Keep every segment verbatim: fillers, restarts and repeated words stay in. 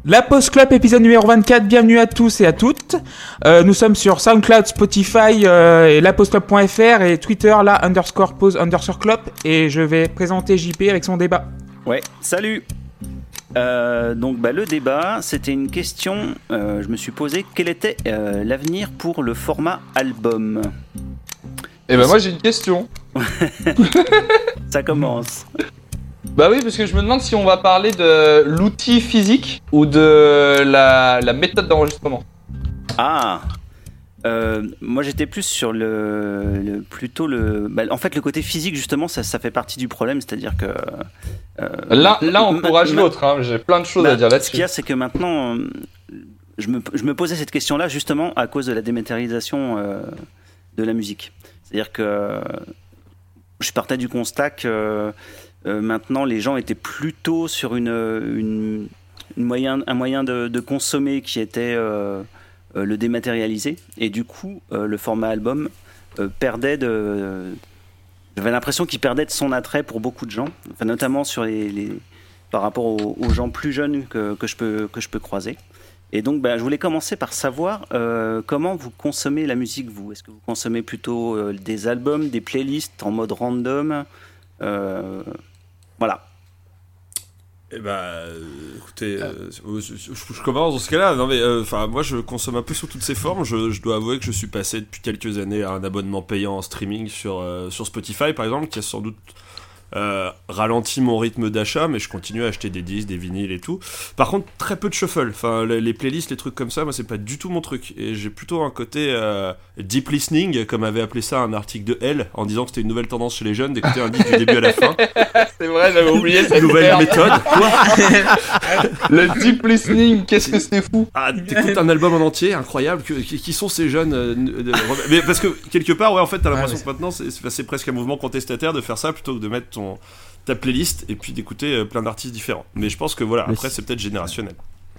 La Pause Club, épisode numéro vingt-quatre, bienvenue à tous et à toutes. Euh, nous sommes sur SoundCloud, Spotify euh, et lapauseclub point f r et Twitter, la underscore pause underscore club. Et je vais présenter J P avec son débat. Ouais, salut. Euh, donc bah, le débat, c'était une question, euh, je me suis posé, quel était euh, l'avenir pour le format album ? Eh ben moi j'ai une question. Ça commence. Bah oui, parce que je me demande si on va parler de l'outil physique ou de la, la méthode d'enregistrement. Ah euh, moi j'étais plus sur le, le plutôt le bah, en fait le côté physique justement ça, ça fait partie du problème, c'est-à-dire que euh, là, là on encourage ma, l'autre hein, j'ai plein de choses bah, à dire là-dessus. Ce qu'il y a c'est que maintenant je me, je me posais cette question là justement à cause de la dématérialisation euh, de la musique, c'est-à-dire que je partais du constat que euh, maintenant les gens étaient plutôt sur une, une, une moyen, un moyen de, de consommer qui était euh, Euh, le dématérialiser, et du coup euh, le format album euh, perdait de euh, j'avais l'impression qu'il perdait de son attrait pour beaucoup de gens, enfin, notamment sur les, les par rapport aux, aux gens plus jeunes que, que je peux que je peux croiser. Et donc bah, je voulais commencer par savoir euh, comment vous consommez la musique, vous. Est-ce que vous consommez plutôt euh, des albums, des playlists en mode random, euh, voilà. Eh ben, euh, écoutez, euh, je, je, je commence dans ce cas-là. Non mais, enfin, euh, moi, je consomme un peu sous toutes ces formes. Je, je dois avouer que je suis passé depuis quelques années à un abonnement payant en streaming sur euh, sur Spotify, par exemple, qui a sans doute euh, ralenti mon rythme d'achat, mais je continue à acheter des disques, des vinyles et tout. Par contre, très peu de shuffle. Enfin, les, les playlists, les trucs comme ça, moi, c'est pas du tout mon truc. Et j'ai plutôt un côté euh, deep listening, comme avait appelé ça un article de Elle, en disant que c'était une nouvelle tendance chez les jeunes d'écouter un disque du début à la fin. C'est vrai, j'avais oublié cette nouvelle merde. méthode. Quoi Le deep listening, qu'est-ce que c'était fou. Ah, t'écoutes un album en entier, incroyable. Que, qui, qui sont ces jeunes euh, de, mais parce que quelque part, ouais, en fait, t'as l'impression ouais, que maintenant, c'est, c'est presque un mouvement contestataire de faire ça plutôt que de mettre ton ta playlist et puis d'écouter euh, plein d'artistes différents. Mais je pense que voilà, après, c'est peut-être générationnel.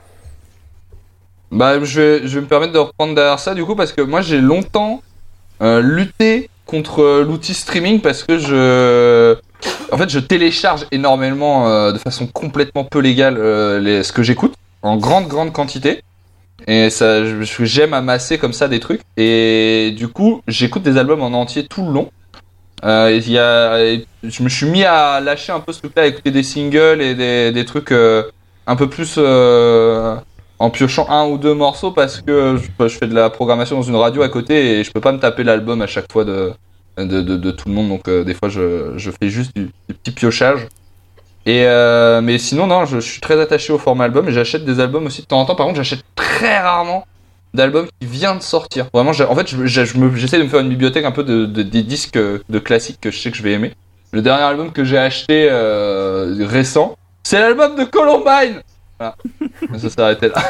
Bah, je vais, je vais me permettre de reprendre derrière ça du coup parce que moi, j'ai longtemps euh, lutté contre l'outil streaming parce que je En fait, je télécharge énormément, euh, de façon complètement peu légale, euh, les, ce que j'écoute, en grande, grande quantité. Et ça, je, j'aime amasser comme ça des trucs. Et du coup, j'écoute des albums en entier tout le long. Euh, y a, je me suis mis à lâcher un peu ce truc-là, à écouter des singles et des, des trucs euh, un peu plus euh, en piochant un ou deux morceaux parce que je, je fais de la programmation dans une radio à côté et je peux pas me taper l'album à chaque fois de... De, de, de tout le monde, donc euh, des fois je, je fais juste du, du petit piochage. Et euh, mais sinon, non, je, je suis très attaché au format album et j'achète des albums aussi de temps en temps. Par contre, j'achète très rarement d'albums qui viennent de sortir. Vraiment, en fait, je, je, je me, j'essaie de me faire une bibliothèque un peu de, de, des disques de classiques que je sais que je vais aimer. Le dernier album que j'ai acheté euh, récent, c'est l'album de Columbine. Voilà, ça s'est arrêté là.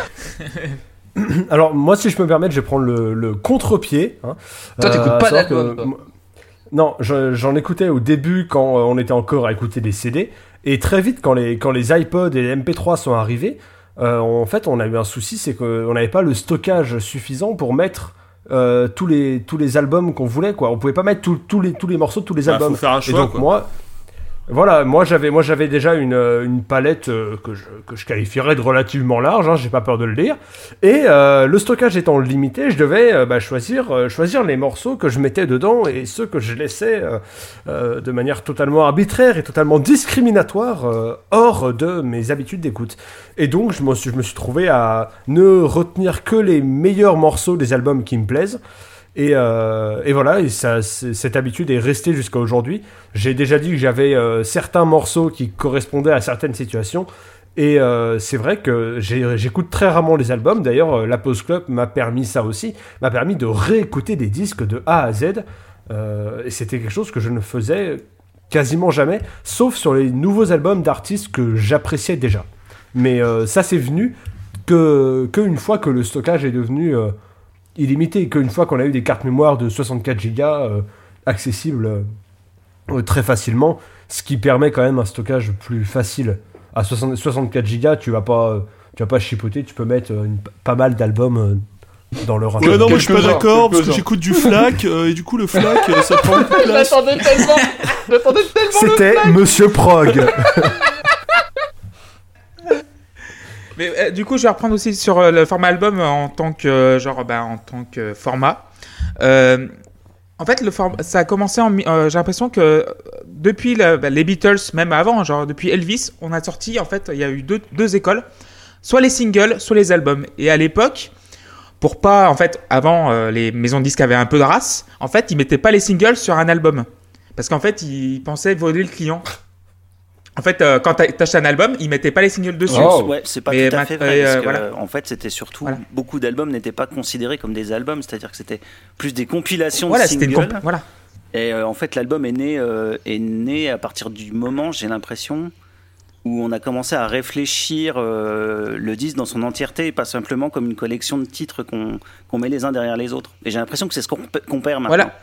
Alors, moi, si je peux me permettre, je vais prendre le, le contre-pied. Hein. Toi, t'écoutes euh, pas d'album, que, Non, je, j'en écoutais au début quand on était encore à écouter des C D. Et très vite, quand les, quand les iPods et les M P trois sont arrivés, euh, en fait, on a eu un souci, c'est qu'on n'avait pas le stockage suffisant pour mettre euh, tous, les, tous les albums qu'on voulait, quoi. On pouvait pas mettre tout, tout les, tous les morceaux de tous les bah, albums. Faut faire un choix, et donc, quoi. moi... Voilà, moi j'avais, moi j'avais déjà une, une palette euh, que, je, que je qualifierais de relativement large, hein, j'ai pas peur de le dire. Et euh, le stockage étant limité, je devais euh, bah, choisir, euh, choisir les morceaux que je mettais dedans et ceux que je laissais euh, euh, de manière totalement arbitraire et totalement discriminatoire euh, hors de mes habitudes d'écoute. Et donc je me suis, je me suis trouvé à ne retenir que les meilleurs morceaux des albums qui me plaisent. Et, euh, et voilà, et ça, cette habitude est restée jusqu'à aujourd'hui. J'ai déjà dit que j'avais euh, certains morceaux qui correspondaient à certaines situations. Et euh, c'est vrai que j'ai, j'écoute très rarement les albums. D'ailleurs, euh, la Pause Club m'a permis ça aussi. M'a permis de réécouter des disques de A à Z. Euh, et c'était quelque chose que je ne faisais quasiment jamais, sauf sur les nouveaux albums d'artistes que j'appréciais déjà. Mais euh, ça, c'est venu que, qu'une fois que le stockage est devenu... Euh, illimité, qu'une fois qu'on a eu des cartes mémoire de soixante-quatre gigas euh, accessibles euh, très facilement, ce qui permet quand même un stockage plus facile. À soixante, soixante-quatre gigas, tu vas pas, euh, tu vas pas chipoter, tu peux mettre euh, une, pas mal d'albums euh, dans leur. Ouais, non, moi je suis pas d'accord parce que j'écoute du FLAC euh, et du coup le FLAC euh, ça prend beaucoup de place. J'attendais tellement, j'attendais tellement. C'était le Monsieur Prog. Mais euh, du coup, je vais reprendre aussi sur euh, le format album en tant que euh, genre, bah, en tant que format. Euh, en fait, le form- ça a commencé en. mi- euh, j'ai l'impression que depuis la- bah, les Beatles, même avant, genre depuis Elvis, on a sorti. En fait, il y a eu deux, deux écoles, soit les singles, soit les albums. Et à l'époque, pour pas, en fait, avant, euh, les maisons de disques avaient un peu de race. En fait, ils mettaient pas les singles sur un album parce qu'en fait, ils pensaient voler le client. En fait, euh, quand t'a- t'achètes un album, ils mettaient pas les singles dessus. Oh. Ouais, c'est pas Mais tout à ma- fait vrai. euh, Parce que, voilà. euh, en fait, c'était surtout. Voilà. Beaucoup d'albums n'étaient pas considérés comme des albums, c'est-à-dire que c'était plus des compilations Voilà, de c'était singles. une comp- voilà. Et euh, en fait, l'album est né, euh, est né à partir du moment, j'ai l'impression, où on a commencé à réfléchir euh, le disque dans son entièreté et pas simplement comme une collection de titres qu'on qu'on met les uns derrière les autres. Et j'ai l'impression que c'est ce qu'on pe- qu'on perd maintenant. Voilà.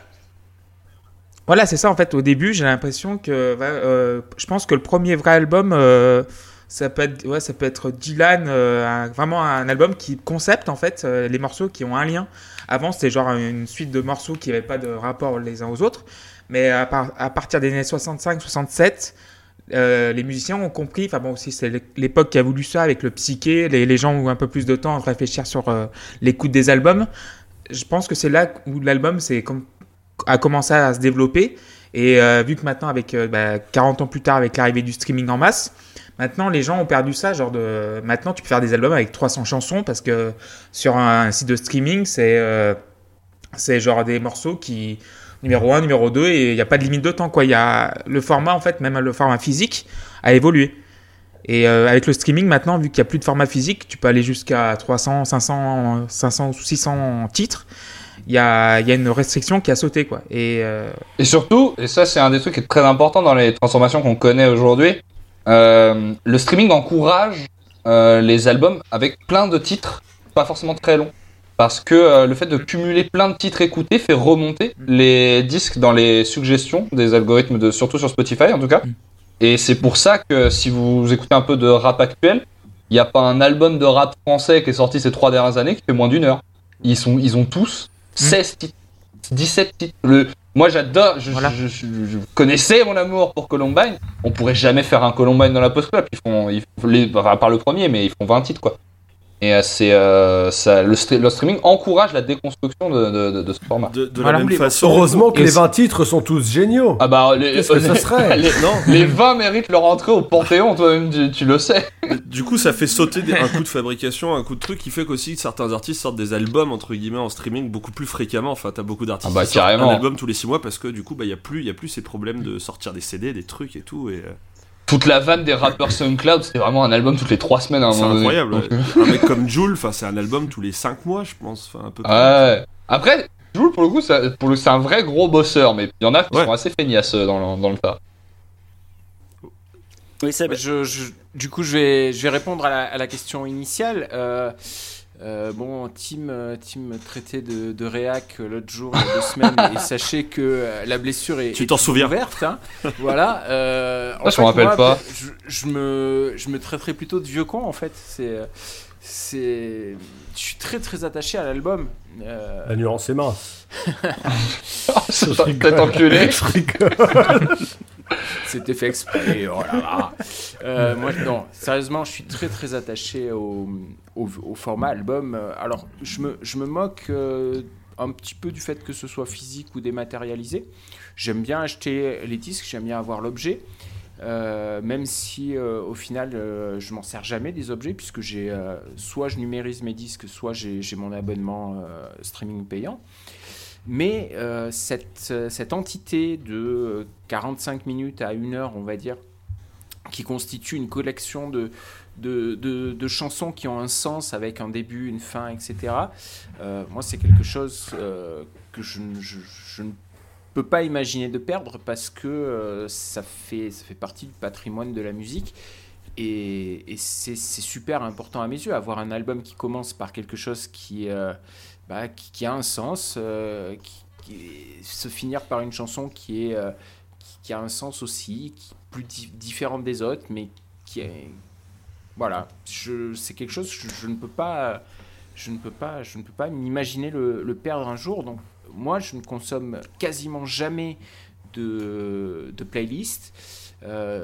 Voilà, c'est ça en fait. Au début, j'ai l'impression que, ouais, euh, je pense que le premier vrai album, euh, ça peut être, ouais, ça peut être Dylan, euh, un- vraiment un album qui concept en fait, euh, les morceaux qui ont un lien. Avant, c'était genre une suite de morceaux qui n'avaient pas de rapport les uns aux autres. Mais à, par- à partir des années soixante-cinq soixante-sept, euh, les musiciens ont compris. Enfin bon, aussi c'est l'époque qui a voulu ça avec le psyché. Les, les gens ont un peu plus de temps à réfléchir sur euh, l'écoute des albums. Je pense que c'est là où l'album c'est comme a commencé à se développer et euh, vu que maintenant avec euh, bah, quarante ans plus tard avec l'arrivée du streaming en masse, maintenant les gens ont perdu ça, genre de maintenant tu peux faire des albums avec trois cents chansons parce que sur un, un site de streaming c'est euh, c'est genre des morceaux qui numéro un, numéro deux et il n'y a pas de limite de temps quoi. Il y a le format en fait, même le format physique a évolué. Et euh, avec le streaming maintenant, vu qu'il n'y a plus de format physique, tu peux aller jusqu'à trois cents, cinq cents, cinq cents ou six cents titres. Il y a, il y a une restriction qui a sauté, quoi. Et, euh... Et surtout, et ça c'est un des trucs qui est très important dans les transformations qu'on connaît aujourd'hui, euh, le streaming encourage euh, les albums avec plein de titres, pas forcément très longs. Parce que euh, le fait de cumuler plein de titres écoutés fait remonter les disques dans les suggestions des algorithmes, de, surtout sur Spotify en tout cas. Et c'est pour ça que si vous écoutez un peu de rap actuel, il n'y a pas un album de rap français qui est sorti ces trois dernières années qui fait moins d'une heure. Ils, sont, ils ont tous seize titres, dix-sept titres. Le, moi j'adore, je, Voilà. je, je, je connaissais mon amour pour Columbine. On pourrait jamais faire un Columbine dans la post-club. Ils font, ils, les, à part le premier, mais ils font vingt titres quoi. Et euh, c'est euh, ça, le, stre- le streaming encourage la déconstruction de, de, de, de ce format. De, de Voilà. la même Les- façon. Heureusement que Et les aussi- vingt titres sont tous géniaux. Ah bah les, Qu'est-ce que ça serait les, Non. les vingt méritent leur entrée au Panthéon, toi-même tu, tu le sais. Du coup, ça fait sauter des- un coup de fabrication, un coup de truc qui fait qu'aussi certains artistes sortent des albums entre guillemets en streaming beaucoup plus fréquemment. Enfin, t'as beaucoup d'artistes Ah bah, qui sortent carrément. un album tous les six mois parce que du coup, bah, y a plus, y a plus ces problèmes de sortir des C D, des trucs et tout. Et euh, Toute la vanne des rappeurs SoundCloud, c'était vraiment un album toutes les trois semaines. À un c'est moment donné. incroyable. Donc, ouais. Un mec comme Jul, enfin, c'est un album tous les cinq mois, je pense. Enfin, un peu. Ouais. Après, Jul, pour le coup, ça- pour le, c'est un vrai gros bosseur, mais il y en a qui Ouais. sont assez feignasses euh, dans le, dans le tas. Oui, c'est Je, je- du coup, je vais, je vais répondre à la, à la question initiale. Euh, euh, bon, Tim, euh, Tim me traitait de, de réac euh, l'autre jour, il y a deux semaines, et sachez que euh, la blessure est, Tu est t'en toujours souviens. ouverte. Hein. Voilà. Euh, en Ça, je fait, m'en rappelle moi, pas. Je, je me, je me traiterais plutôt de vieux con, en fait. C'est, euh, c'est, je suis très très attaché à l'album. Euh, La nuance est mince. C'est Je rigole. peut-être enculé. Je rigole. C'était fait exprès, oh là là. Euh, moi, non, sérieusement, je suis très très attaché au, au, au format album. Euh, Alors, je me, je me moque euh, un petit peu du fait que ce soit physique ou dématérialisé. J'aime bien acheter les disques, j'aime bien avoir l'objet. Euh, même si euh, au final euh, je m'en sers jamais des objets puisque j'ai euh, soit je numérise mes disques, soit j'ai, j'ai mon abonnement euh, streaming payant. Mais euh, cette, cette entité de quarante-cinq minutes à une heure, on va dire, qui constitue une collection de, de, de, de chansons qui ont un sens avec un début, une fin, et cetera. Euh, moi, c'est quelque chose euh, que je, ne- je, je ne peux pas imaginer de perdre parce que euh, ça fait, ça fait partie du patrimoine de la musique. Et, et c'est, c'est super important à mes yeux, avoir un album qui commence par quelque chose qui... euh, Bah, qui, qui a un sens, euh, qui, qui- se finir par une chanson qui, est, euh, qui, qui a un sens aussi, qui est plus di- différente des autres, mais qui est... Voilà, je, c'est quelque chose, je, je ne peux pas, je ne peux pas, je ne peux pas m'imaginer le, le perdre un jour. Donc moi, je ne consomme quasiment jamais de, de playlist. Euh,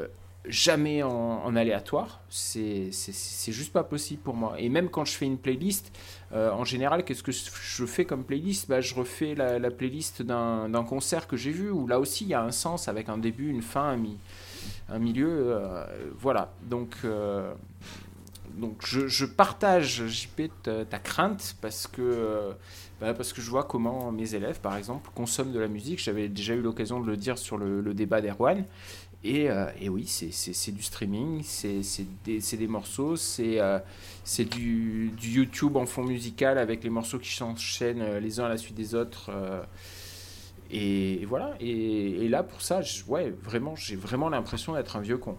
jamais en, en aléatoire, c'est, c'est, c'est juste pas possible pour moi. Et même quand je fais une playlist, euh, en général, qu'est-ce que je fais comme playlist ? Bah, je refais la, la playlist d'un, d'un concert que j'ai vu, où là aussi il y a un sens avec un début, une fin, un, mi, un milieu. Euh, voilà. Donc, euh, donc je, je partage, J P, ta, ta crainte parce que, euh, bah, parce que je vois comment mes élèves, par exemple, consomment de la musique. J'avais déjà eu l'occasion de le dire sur le, le débat d'Erwan. Et, euh, et oui, c'est, c'est, c'est du streaming, c'est, c'est, des, c'est des morceaux, c'est, euh, c'est du, du YouTube en fond musical avec les morceaux qui s'enchaînent les uns à la suite des autres. Euh, et, et voilà. Et, et là, pour ça, je, ouais, vraiment, j'ai vraiment l'impression d'être un vieux con.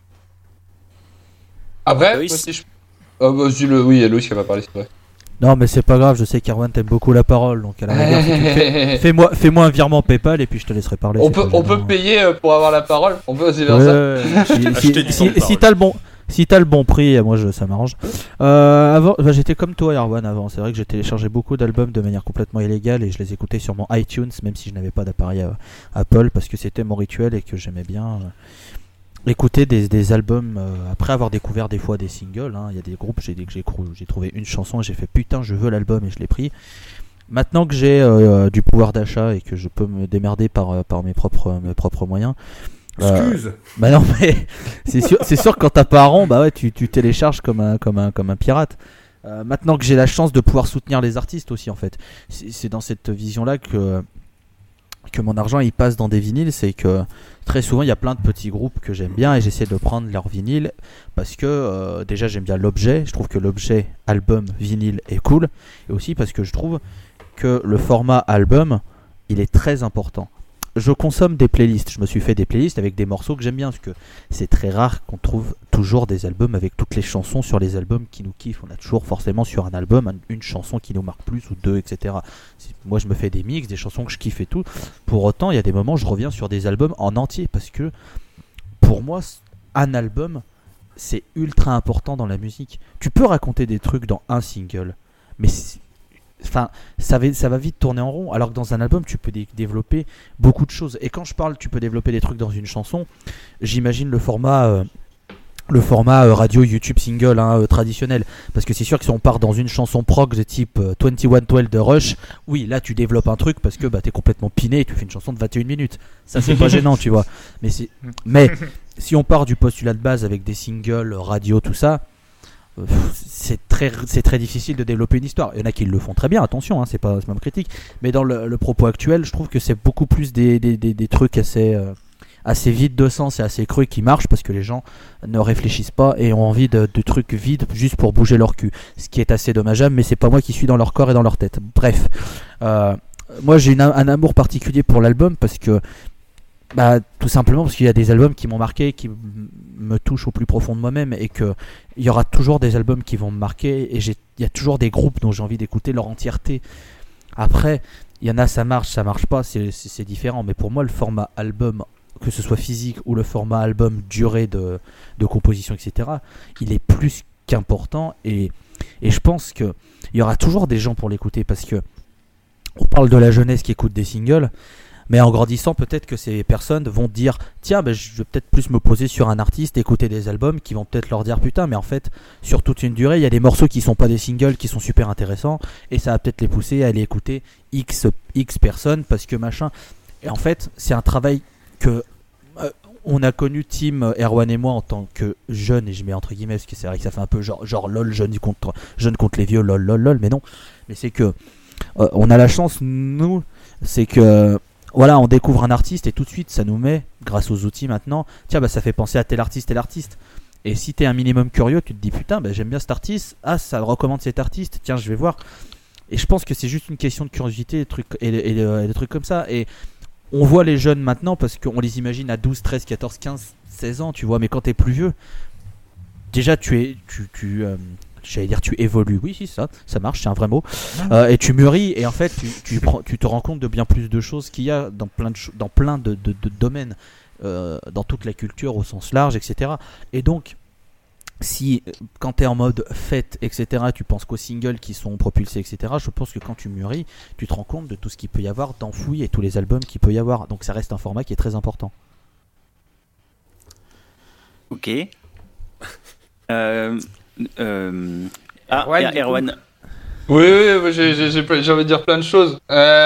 Après, Loïs. moi, si je... oh, bah, je dis le... oui, il y a Loïs qui va parler, c'est vrai. Non, mais c'est pas grave, je sais qu'Erwan t'aime beaucoup la parole, donc à la rigueur, fais, fais-moi, fais-moi un virement PayPal et puis je te laisserai parler. On peut, on peut payer euh, pour avoir la parole, on peut aussi faire ouais, ça. si, si, Acheter du temps si, de si parole. t'as le bon, si t'as le bon prix, moi je, ça m'arrange. Euh, avant, bah, j'étais comme toi, Erwan, avant. C'est vrai que j'ai téléchargé beaucoup d'albums de manière complètement illégale et je les écoutais sur mon iTunes, même si je n'avais pas d'appareil euh, Apple, parce que c'était mon rituel et que j'aimais bien. Euh, écouter des, des albums euh, après avoir découvert des fois des singles, hein. Il y a des groupes, j'ai, j'ai, j'ai trouvé une chanson et j'ai fait putain je veux l'album et je l'ai pris. Maintenant que j'ai euh, du pouvoir d'achat et que je peux me démerder par, par mes, propres, mes propres moyens, Excuse. euh, bah non mais c'est sûr, c'est sûr que quand t'as pas un rond, bah ouais tu, tu télécharges comme un, comme un, comme un pirate. Euh, maintenant que j'ai la chance de pouvoir soutenir les artistes aussi en fait, c'est, c'est dans cette vision là que que mon argent il passe dans des vinyles, c'est que très souvent il y a plein de petits groupes que j'aime bien et j'essaie de prendre leurs vinyles parce que euh, déjà j'aime bien l'objet, je trouve que l'objet album vinyle est cool et aussi parce que je trouve que le format album il est très important. Je consomme des playlists, je me suis fait des playlists avec des morceaux que j'aime bien parce que c'est très rare qu'on trouve toujours des albums avec toutes les chansons sur les albums qui nous kiffent. On a toujours forcément sur un album une chanson qui nous marque plus ou deux, et cetera. Moi je me fais des mix, des chansons que je kiffe et tout. Pour autant il y a des moments où je reviens sur des albums en entier parce que pour moi un album c'est ultra important dans la musique. Tu peux raconter des trucs dans un single mais c'est... Enfin, ça va, ça va vite tourner en rond, alors que dans un album, tu peux dé- développer beaucoup de choses. Et quand je parle, tu peux développer des trucs dans une chanson, j'imagine le format, euh, le format euh, radio, YouTube, single hein, euh, traditionnel. Parce que c'est sûr que si on part dans une chanson prog de type euh, vingt et un douze de Rush, oui, là tu développes un truc parce que bah, t'es complètement piné et tu fais une chanson de vingt et une minutes. Ça, c'est pas gênant, tu vois. Mais, c'est... Mais si on part du postulat de base avec des singles, radio, tout ça. C'est très, c'est très difficile de développer une histoire. Il y en a qui le font très bien, attention, hein, c'est pas, c'est pas critique. Mais dans le, le propos actuel, je trouve que c'est beaucoup plus des, des, des, des trucs assez, euh, assez vides de sens et assez creux qui marchent parce que les gens ne réfléchissent pas et ont envie de, de trucs vides juste pour bouger leur cul. Ce qui est assez dommageable, mais c'est pas moi qui suis dans leur corps et dans leur tête. Bref, euh, moi j'ai une, un amour particulier pour l'album parce que bah, tout simplement parce qu'il y a des albums qui m'ont marqué, qui m- me touchent au plus profond de moi-même et que il y aura toujours des albums qui vont me marquer et j'ai, il y a toujours des groupes dont j'ai envie d'écouter leur entièreté. Après, il y en a ça marche, ça marche pas, c'est, c'est, c'est différent. Mais pour moi, le format album, que ce soit physique ou le format album durée de, de composition, et cetera, il est plus qu'important et, et je pense qu'il y aura toujours des gens pour l'écouter parce que on parle de la jeunesse qui écoute des singles. Mais en grandissant, peut-être que ces personnes vont dire tiens, ben, je vais peut-être plus me poser sur un artiste, écouter des albums qui vont peut-être leur dire putain, mais en fait, sur toute une durée, il y a des morceaux qui sont pas des singles qui sont super intéressants et ça va peut-être les pousser à aller écouter X, X personnes parce que machin. Et en fait, c'est un travail que euh, on a connu, Tim, Erwan et moi, en tant que jeunes, et je mets entre guillemets parce que c'est vrai que ça fait un peu genre, genre lol, jeune contre, jeune contre les vieux, lol, lol, lol, mais non. Mais c'est que euh, on a la chance, nous, c'est que. Voilà, on découvre un artiste et tout de suite ça nous met, grâce aux outils maintenant, tiens bah ça fait penser à tel artiste, tel artiste. Et si t'es un minimum curieux, tu te dis putain bah j'aime bien cet artiste, ah ça recommande cet artiste, tiens je vais voir. Et je pense que c'est juste une question de curiosité et, trucs, et, et, et, et des trucs comme ça. Et on voit les jeunes maintenant parce qu'on les imagine à douze, treize, quatorze, quinze, seize ans, tu vois, mais quand t'es plus vieux, déjà tu es... Tu, tu, euh, j'allais dire tu évolues, oui si ça, ça marche, c'est un vrai mot, euh, et tu mûris et en fait tu, tu, prends, tu te rends compte de bien plus de choses qu'il y a dans plein de, dans plein de, de, de domaines, euh, dans toute la culture au sens large, et cetera. Et donc, si quand tu es en mode fête, et cetera, tu penses qu'aux singles qui sont propulsés, et cetera, je pense que quand tu mûris, tu te rends compte de tout ce qu'il peut y avoir d'enfoui et tous les albums qu'il peut y avoir. Donc ça reste un format qui est très important. Ok. Euh, euh... Ah, Erwan, Er- Erwan. Oui, oui, oui, j'ai, j'ai, j'ai, j'ai envie de dire plein de choses.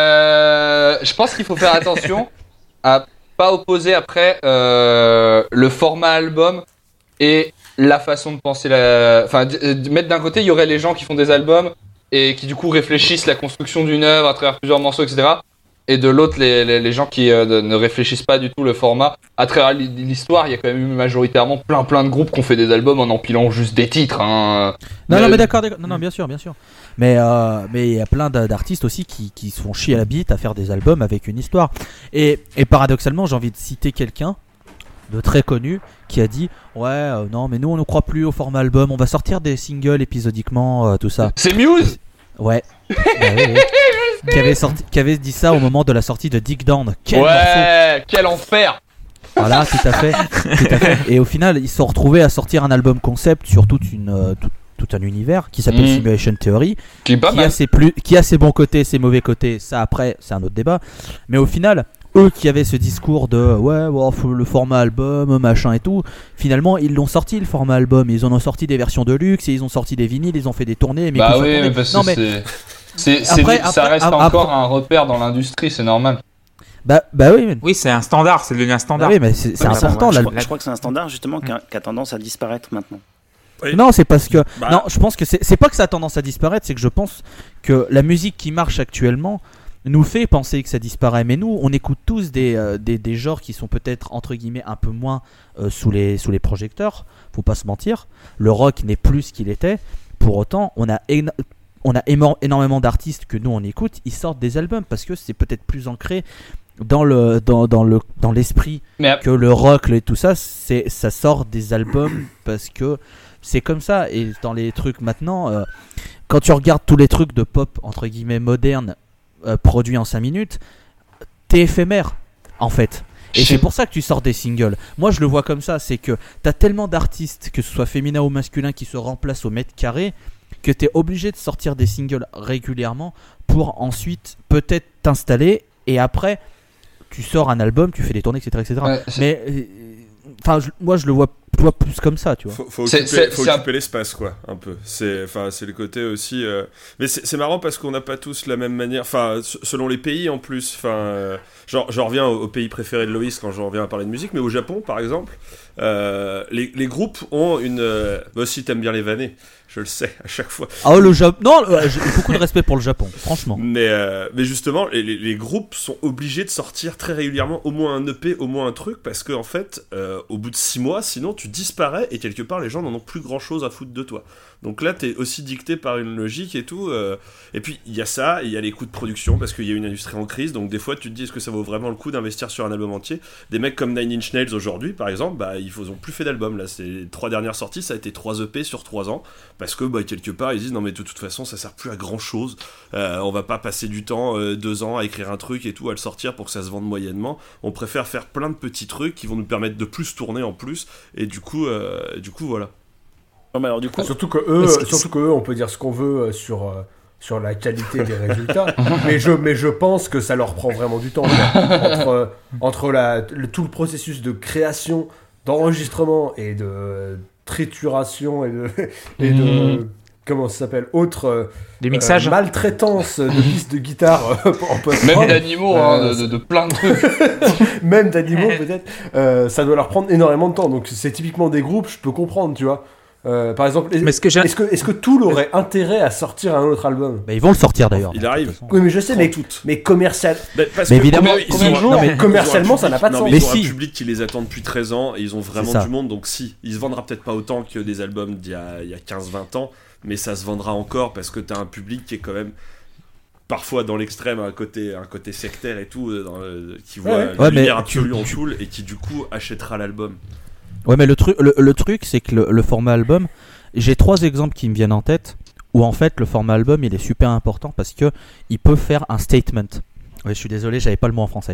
Euh, je pense qu'il faut faire attention à pas opposer après euh, le format album et la façon de penser la... Enfin, d- d- mettre d'un côté, il y aurait les gens qui font des albums et qui du coup réfléchissent la construction d'une œuvre à travers plusieurs morceaux, et cetera. Et de l'autre, les, les, les gens qui euh, ne réfléchissent pas du tout le format. À travers l'histoire, il y a quand même eu majoritairement plein plein de groupes qui ont fait des albums en empilant juste des titres. Hein. Non, Mais- non, mais d'accord, d'accord. Non, non, bien sûr, bien sûr. Mais euh, mais il y a plein d'a- d'artistes aussi qui, qui se font chier à la bite à faire des albums avec une histoire. Et, et paradoxalement, j'ai envie de citer quelqu'un de très connu qui a dit ouais, euh, non, mais nous on ne croit plus au format album, on va sortir des singles épisodiquement, euh, tout ça. C'est Muse. Ouais. Bah oui, oui. Qui avait sorti, qui avait dit ça au moment de la sortie de Dig Down. Quel morceau! Ouais, quel enfer. Voilà, tout à fait, tout à fait. Et au final, ils se sont retrouvés à sortir un album concept sur toute une, euh, tout, tout un univers qui s'appelle Mm. Simulation Theory, Qui est pas qui mal. a, ses plus, qui a ses bons côtés, ses mauvais côtés. Ça, après, c'est un autre débat. Mais au final, eux qui avaient ce discours de ouais, bon, faut le format album, machin et tout, finalement, ils l'ont sorti le format album. Ils en ont sorti des versions de luxe et ils ont sorti des vinyles, ils ont fait des tournées. Mais Bah que oui, sur mais tournée. parce Non, que mais c'est... C'est, c'est, Après- ça après- reste après- encore un repère dans l'industrie, c'est normal. bah, bah oui, mais, Oui, c'est un standard, c'est devenu un bah standard. oui, mais c'est, c'est Ouais, ça, important. ouais, je, l'album. crois, je crois que c'est un standard justement qui a, qui a tendance à disparaître maintenant. Oui. Non, c'est parce que Bah. non, je pense que c'est c'est pas que ça a tendance à disparaître, c'est que je pense que la musique qui marche actuellement nous fait penser que ça disparaît. Mais nous, on écoute tous des euh, des, des genres qui sont peut-être entre guillemets un peu moins euh, sous les sous les projecteurs. Faut pas se mentir. Le rock n'est plus ce qu'il était. Pour autant, on a éno- on a émo- énormément d'artistes que nous on écoute, ils sortent des albums parce que c'est peut-être plus ancré dans le dans, dans le dans l'esprit Mais que le rock et tout ça, c'est ça sort des albums parce que c'est comme ça. Et dans les trucs maintenant, euh, quand tu regardes tous les trucs de pop entre guillemets moderne euh, produits en cinq minutes, t'es éphémère en fait. Et c'est pour ça que tu sors des singles. Moi je le vois comme ça, c'est que t'as tellement d'artistes, que ce soit féminin ou masculin, qui se remplacent au mètre carré, que t'es obligé de sortir des singles régulièrement pour ensuite peut-être t'installer et après tu sors un album, tu fais des tournées, et cetera, et cetera. Ouais, c'est- Mais enfin, moi je le vois, je vois plus comme ça, tu vois. Faut, faut C'est- occuper, c'est- faut c'est un- occuper l'espace, quoi, un peu. C'est, enfin, c'est le côté aussi. euh, Mais c'est, c'est marrant parce qu'on n'a pas tous la même manière. Enfin, s- selon les pays en plus. Enfin, euh, genre, j'en reviens au, au pays préféré de Loïs quand j'en reviens à parler de musique, mais au Japon, par exemple, euh, les, les groupes ont une. Euh... Moi aussi, t'aimes bien les vanner. Je le sais à chaque fois. Ah le Japon, non, euh, j'ai beaucoup de respect pour le Japon, franchement. Mais, euh, mais justement, les, les- les groupes sont obligés de sortir très régulièrement au moins un E P, au moins un truc, parce que en fait, euh, au bout de six mois, sinon tu disparais et quelque part les gens n'en ont plus grand chose à foutre de toi. Donc là, t'es aussi dicté par une logique et tout. euh, Et puis il y a ça, et il y a les coûts de production parce qu'il y a une industrie en crise. Donc des fois, tu te dis est-ce que ça vaut vraiment le coup d'investir sur un album entier. Des mecs comme Nine Inch Nails aujourd'hui, par exemple, bah ils n'ont plus fait d'album. Là, c'est les trois dernières sorties, ça a été trois E P sur trois ans parce que bah quelque part ils disent non mais de toute façon ça sert plus à grand chose. Euh, on va pas passer du temps, euh, deux ans à écrire un truc et tout, à le sortir pour que ça se vende moyennement. On préfère faire plein de petits trucs qui vont nous permettre de plus tourner en plus. Et du coup, euh, du coup voilà. Non, mais alors du coup, Surtout que eux, Est-ce que- surtout que eux, on peut dire ce qu'on veut euh, sur euh, sur la qualité des résultats, mais je mais je pense que ça leur prend vraiment du temps quoi. entre euh, entre la le- tout le processus de création, d'enregistrement et de trituration et de et de Mhm. comment ça s'appelle autre euh, Des mixages. euh, maltraitance de pistes de guitare euh, en post Même d'animaux, hein, Euh, de, de, de plein de trucs. même d'animaux peut-être, euh, ça doit leur prendre énormément de temps. Donc c'est typiquement des groupes, je peux comprendre, tu vois. Euh, par exemple, Mais ce que j'ai. est-ce que est-ce que Tool aurait intérêt à sortir un autre album? Bah, ils vont le sortir d'ailleurs. Il de toute arrive. façon. Oui, mais je sais, mais, toutes. mais commercial, Bah, parce Mais que évidemment, combien- ils combien ont- de jours non, mais mais ils ont un commercialement, ça public- n'a pas de non, sens. mais Mais ils ont si. un public qui les attend depuis treize ans et ils ont vraiment ça. du monde, donc si. Il se vendra peut-être pas autant que des albums d'il y a, il y a quinze vingt ans, mais ça se vendra encore parce que t'as un public qui est quand même parfois dans l'extrême, un côté, un côté sectaire et tout, euh, dans le- qui voit Ouais, la ouais. lumière Ouais, mais absolue tu- en tu- Tool et qui du coup achètera l'album. Ouais, mais le truc, le, le truc, c'est que le, le format album, j'ai trois exemples qui me viennent en tête où en fait le format album il est super important parce que il peut faire un statement. Ouais, je suis désolé, j'avais pas le mot en français.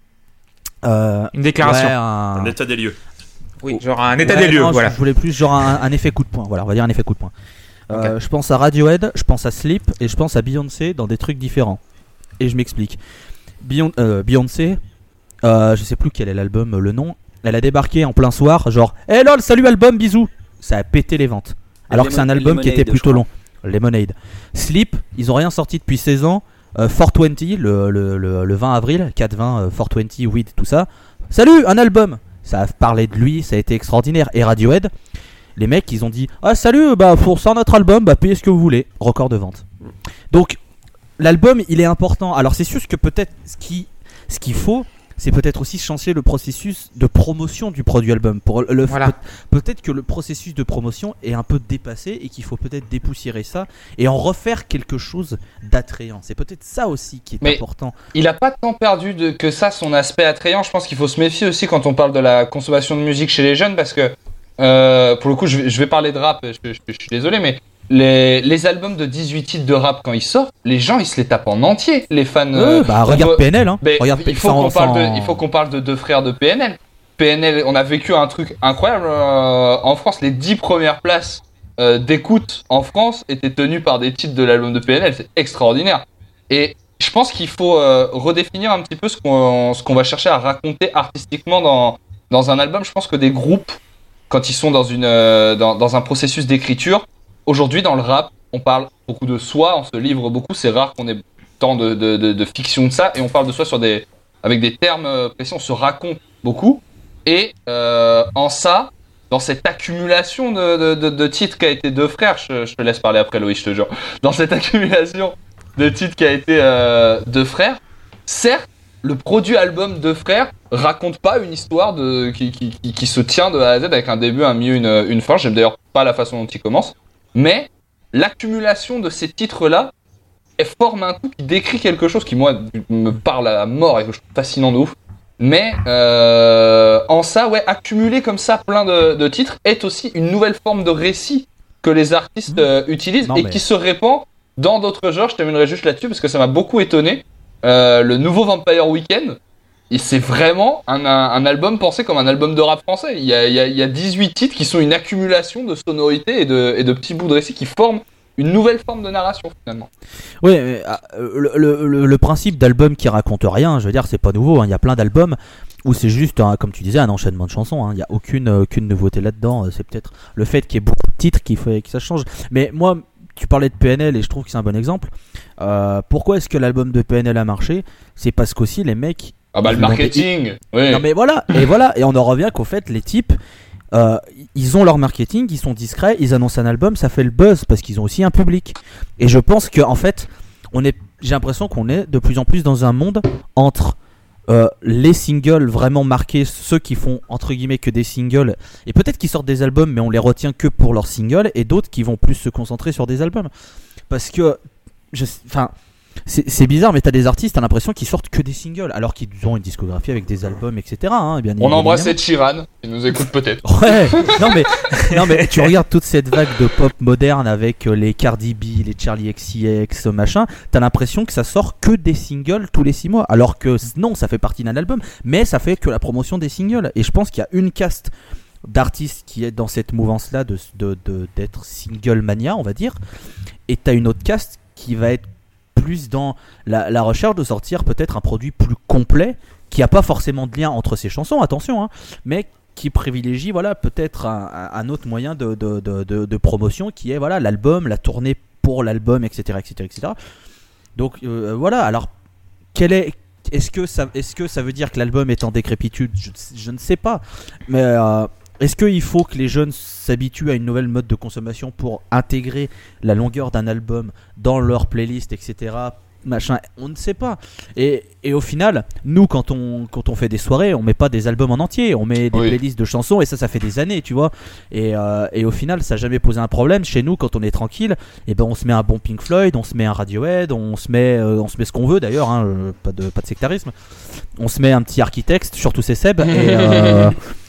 Euh, Une déclaration. ouais, un... Un état des lieux. Oui, genre un état Ouais, des lieux, non, je- voilà. Je voulais plus genre un, un effet coup de poing. Voilà, on va dire un effet coup de poing. Euh, Je pense à Radiohead, je pense à Sleep et je pense à Beyoncé dans des trucs différents. Et je m'explique. Beyon- euh, Beyoncé, euh, je sais plus quel est l'album, le nom. elle a débarqué en plein soir, genre « Hey lol, salut album, bisous !» Ça a pété les ventes. Alors que c'est un album qui était plutôt long. Lemonade. Sleep, ils ont rien sorti depuis seize ans. Euh, quatre cent vingt, le, le, le, le vingt avril, quatre vingt, euh, quatre cent vingt, weed, tout ça. Salut, un album. Ça a parlé de lui, ça a été extraordinaire. Et Radiohead, les mecs, ils ont dit ah salut, bah pour ça notre album, bah payez ce que vous voulez. Record de vente. Donc l'album, il est important. Alors c'est sûr que peut-être ce qui, ce qu'il faut, c'est peut-être aussi changer le processus de promotion du produit album. Pour le voilà. peut- peut-être que le processus de promotion est un peu dépassé et qu'il faut peut-être dépoussiérer ça et en refaire quelque chose d'attrayant. C'est peut-être ça aussi qui est Mais important. Il a pas tant perdu de, que ça son aspect attrayant. Je pense qu'il faut se méfier aussi quand on parle de la consommation de musique chez les jeunes parce que euh, pour le coup, je vais, je vais parler de rap. Je, je, je suis désolé, mais les, les albums de dix-huit titres de rap quand ils sortent, les gens ils se les tapent en entier. Les fans. Euh, bah regarde doit... P N L. Hein. Mais regarde il faut sans, qu'on parle sans... de, il faut qu'on parle de deux frères de P N L. P N L, on a vécu un truc incroyable euh, en France. Les dix premières places euh, d'écoute en France étaient tenues par des titres de l'album de P N L. C'est extraordinaire. Et je pense qu'il faut euh, redéfinir un petit peu ce qu'on, ce qu'on va chercher à raconter artistiquement dans, dans un album. Je pense que des groupes, quand ils sont dans, une, euh, dans, dans un processus d'écriture, aujourd'hui dans le rap, on parle beaucoup de soi, on se livre beaucoup. C'est rare qu'on ait tant de, de, de, de fiction de ça. Et on parle de soi sur des, avec des termes précis, on se raconte beaucoup. Et euh, en ça, dans cette accumulation de, de, de, de titres qu'a été Deux Frères, je, je te laisse parler après Loïc, je te jure. Dans cette accumulation de titres qu'a été euh, Deux Frères, certes, le produit album Deux Frères raconte pas une histoire de, qui, qui, qui, qui se tient de A à Z avec un début, un milieu, une, une fin. J'aime d'ailleurs pas la façon dont il commence. Mais l'accumulation de ces titres-là, elle forme un tout qui décrit quelque chose qui, moi, me parle à la mort et que je trouve fascinant de ouf. Mais euh, en ça, ouais, accumuler comme ça plein de, de titres est aussi une nouvelle forme de récit que les artistes euh, utilisent non, et mais... qui se répand dans d'autres genres. Je terminerai juste là-dessus parce que ça m'a beaucoup étonné. Euh, le nouveau Vampire Weekend, et c'est vraiment un, un, un album pensé comme un album de rap français. Il y a, il y a, il y a dix-huit titres qui sont une accumulation de sonorités et de, et de petits bouts de récit qui forment une nouvelle forme de narration finalement. Oui, mais, euh, le, le, le, le principe d'album qui raconte rien, je veux dire, c'est pas nouveau. Hein. Il y a plein d'albums où c'est juste, hein, comme tu disais, un enchaînement de chansons. Hein. Il n'y a aucune, aucune nouveauté là-dedans. C'est peut-être le fait qu'il y ait beaucoup de titres qui fait que ça change. Mais moi, tu parlais de P N L et je trouve que c'est un bon exemple. Euh, pourquoi est-ce que l'album de P N L a marché ? C'est parce qu'aussi les mecs. Ah bah le marketing. Des... Oui. Non mais voilà, et voilà, et on en revient qu'au fait les types. Euh, ils ont leur marketing, ils sont discrets, ils annoncent un album, ça fait le buzz parce qu'ils ont aussi un public. Et je pense que en fait, on est, j'ai l'impression qu'on est de plus en plus dans un monde entre euh, les singles vraiment marqués, ceux qui font entre guillemets que des singles, et peut-être qu'ils sortent des albums, mais on les retient que pour leurs singles, et d'autres qui vont plus se concentrer sur des albums. Parce que, je, enfin. C'est, c'est bizarre, mais t'as des artistes, t'as l'impression qu'ils sortent que des singles, alors qu'ils ont une discographie avec des albums, et cetera. Hein, bien On embrasse Ed Sheeran, qui nous écoute peut-être. Ouais, non mais, non mais tu regardes toute cette vague de pop moderne avec les Cardi B, les Charli X C X, machin, t'as l'impression que ça sort que des singles tous les six mois, alors que non, ça fait partie d'un album, mais ça fait que la promotion des singles. Et je pense qu'il y a une caste d'artistes qui est dans cette mouvance-là de, de, de, d'être single mania, on va dire, et t'as une autre caste qui va être plus dans la, la recherche de sortir peut-être un produit plus complet qui n'a pas forcément de lien entre ses chansons, attention, hein, mais qui privilégie voilà, peut-être un, un autre moyen de, de, de, de, de promotion qui est voilà, l'album, la tournée pour l'album, et cetera et cetera, et cetera. Donc euh, voilà, alors quel est, est-ce, que ça, est-ce que ça veut dire que l'album est en décrépitude ? je, je ne sais pas, mais euh, est-ce qu'il faut que les jeunes s'habituent à une nouvelle mode de consommation pour intégrer la longueur d'un album dans leur playlist, et cetera. Machin, on ne sait pas. Et, et au final, nous, quand on, quand on fait des soirées, on met pas des albums en entier, on met des oui. playlists de chansons, et ça, ça fait des années, tu vois. Et, euh, et au final, ça n'a jamais posé un problème. Chez nous, quand on est tranquille, et ben on se met un bon Pink Floyd, on se met un Radiohead, on se met, euh, on se met ce qu'on veut d'ailleurs, hein, euh, pas de, pas de sectarisme. On se met un petit Architecte, surtout c'est Seb. Et, euh,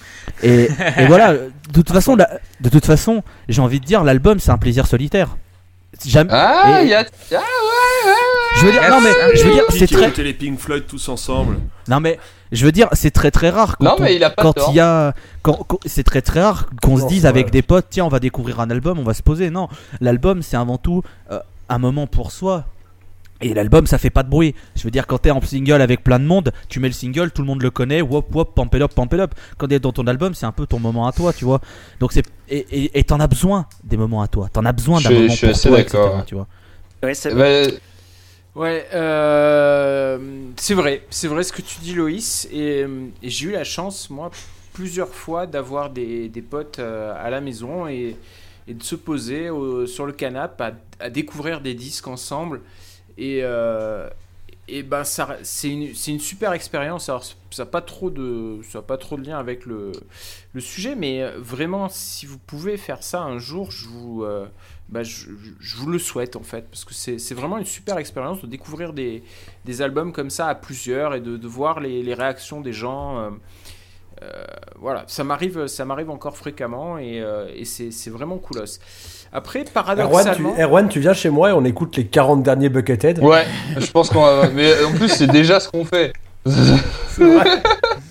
Et, et voilà, de toute façon, la, de toute façon, j'ai envie de dire, l'album c'est un plaisir solitaire. Jamais. Ah, il y a. Ah ouais, ouais, ouais. Je veux dire, non mais, je veux dire, c'est très. Écouter les Pink Floyd tous ensemble. Non mais, je veux dire, c'est très très rare. Quand non on, mais il a pas quand tort. il y a, quand, quand, c'est très très rare qu'on se Oh, dise ouais. avec des potes, tiens, on va découvrir un album, on va se poser. Non, l'album c'est avant tout euh, un moment pour soi. Et l'album, ça fait pas de bruit. Je veux dire, quand t'es en single avec plein de monde, tu mets le single, tout le monde le connaît, wop wop, pump it up, pump it up. Quand t'es dans ton album, c'est un peu ton moment à toi, tu vois. Donc c'est et, et, et t'en as besoin des moments à toi. T'en as besoin d'un Je- moment je suis pour assez toi, d'accord. et cetera, tu vois. Ouais, c'est... Bah, Ouais, euh, c'est vrai, c'est vrai ce que tu dis, Loïs. Et, et j'ai eu la chance, moi, plusieurs fois d'avoir des, des potes euh, à la maison et, et de se poser au- sur le canapé à, à découvrir des disques ensemble. Et, euh, et ben, ça, c'est une, c'est une super expérience. Alors, ça n'a pas trop de, ça a pas trop de lien avec le, le sujet, mais vraiment, si vous pouvez faire ça un jour, je vous. Euh, Bah, je, je vous le souhaite en fait, parce que c'est, c'est vraiment une super expérience de découvrir des, des albums comme ça à plusieurs et de, de voir les, les réactions des gens. Euh, euh, voilà, ça m'arrive, ça m'arrive encore fréquemment et, euh, et c'est, c'est vraiment coolos. Après, Erwan tu, paradoxalement. Erwan, tu viens chez moi et on écoute les quarante derniers Buckethead. ouais, je pense qu'on va. Mais en plus, c'est déjà ce qu'on fait. C'est vrai.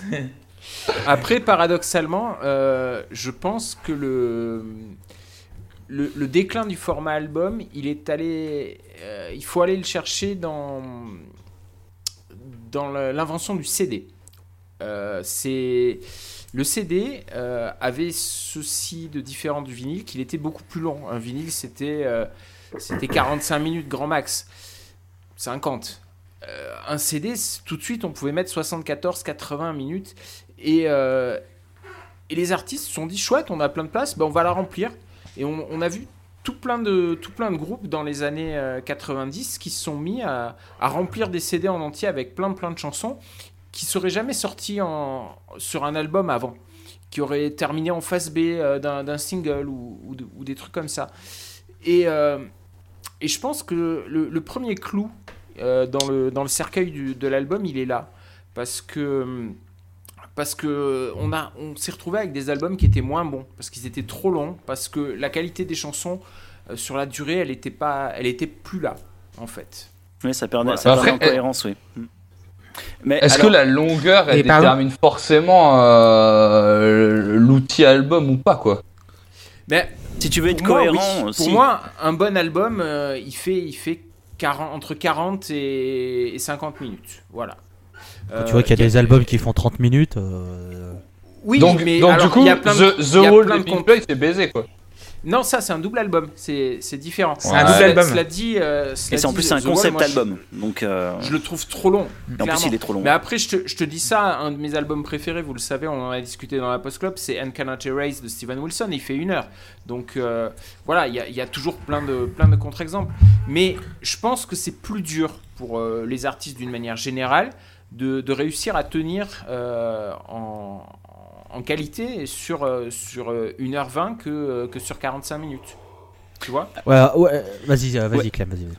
Après, paradoxalement, euh, je pense que le. Le, le déclin du format album, il est allé, euh, il faut aller le chercher dans, dans le- l'invention du C D. Euh, c'est, le C D euh, avait ceci de différent du vinyle, qu'il était beaucoup plus long. Un vinyle, c'était, euh, c'était quarante-cinq minutes grand max, cinquante. Euh, un C D, tout de suite, on pouvait mettre soixante-quatorze quatre-vingts minutes. Et, euh, et les artistes se sont dit, chouette, on a plein de place, ben on va la remplir. Et on, on a vu tout plein, de, tout plein de groupes dans les années euh, quatre-vingt-dix qui se sont mis à, à remplir des C D en entier avec plein plein de chansons qui seraient jamais sorties en, sur un album avant, qui auraient terminé en face B euh, d'un, d'un single ou, ou, de- ou des trucs comme ça. Et, euh, et je pense que le, le premier clou euh, dans, le, dans le cercueil du- de l'album, il est là. Parce que... hum, Parce que on, a, on s'est retrouvé avec des albums qui étaient moins bons, parce qu'ils étaient trop longs, parce que la qualité des chansons, euh, sur la durée, elle était, pas, elle était plus là, en fait. Oui, ça perdait, Voilà. ça perdait Après, en cohérence, oui. Mais Est-ce alors- que la longueur, elle Et pardon détermine forcément euh, l'outil album ou pas, quoi? Mais si tu veux être pour moi, cohérent, oui. si. Pour moi, un bon album, euh, il fait, il fait quarante, entre quarante et, et cinquante minutes. Voilà. Quand tu vois qu'il y a des albums qui font trente minutes. euh, Oui, donc, mais donc alors, du coup, il y a plein de, The, il The y a Wall plein de de Pink comp- Floyd, c'est baisé, quoi. Non, ça, c'est un double album. C'est, c'est différent. C'est un double Cela- album. Cela dit, euh, Et cela c'est en dit, plus un The Wall, concept moi, je- album. Donc, euh, Je le trouve trop long. en plus, clairement. il est trop long. Mais après, je te, je te dis ça, un de mes albums préférés, vous le savez, on en a discuté dans la Post Club, c'est And Cannot Erase de Steven Wilson, il fait une heure. Donc euh, voilà, il y, a- il y a toujours plein de, plein de contre-exemples. Mais je pense que c'est plus dur pour euh, les artistes d'une manière générale de, de réussir à tenir euh, en, en qualité sur, euh, sur euh, une heure vingt que, euh, que sur quarante-cinq minutes. Tu vois? Ouais, ouais, vas-y, euh, vas-y, Ouais. Clem, vas-y. vas-y.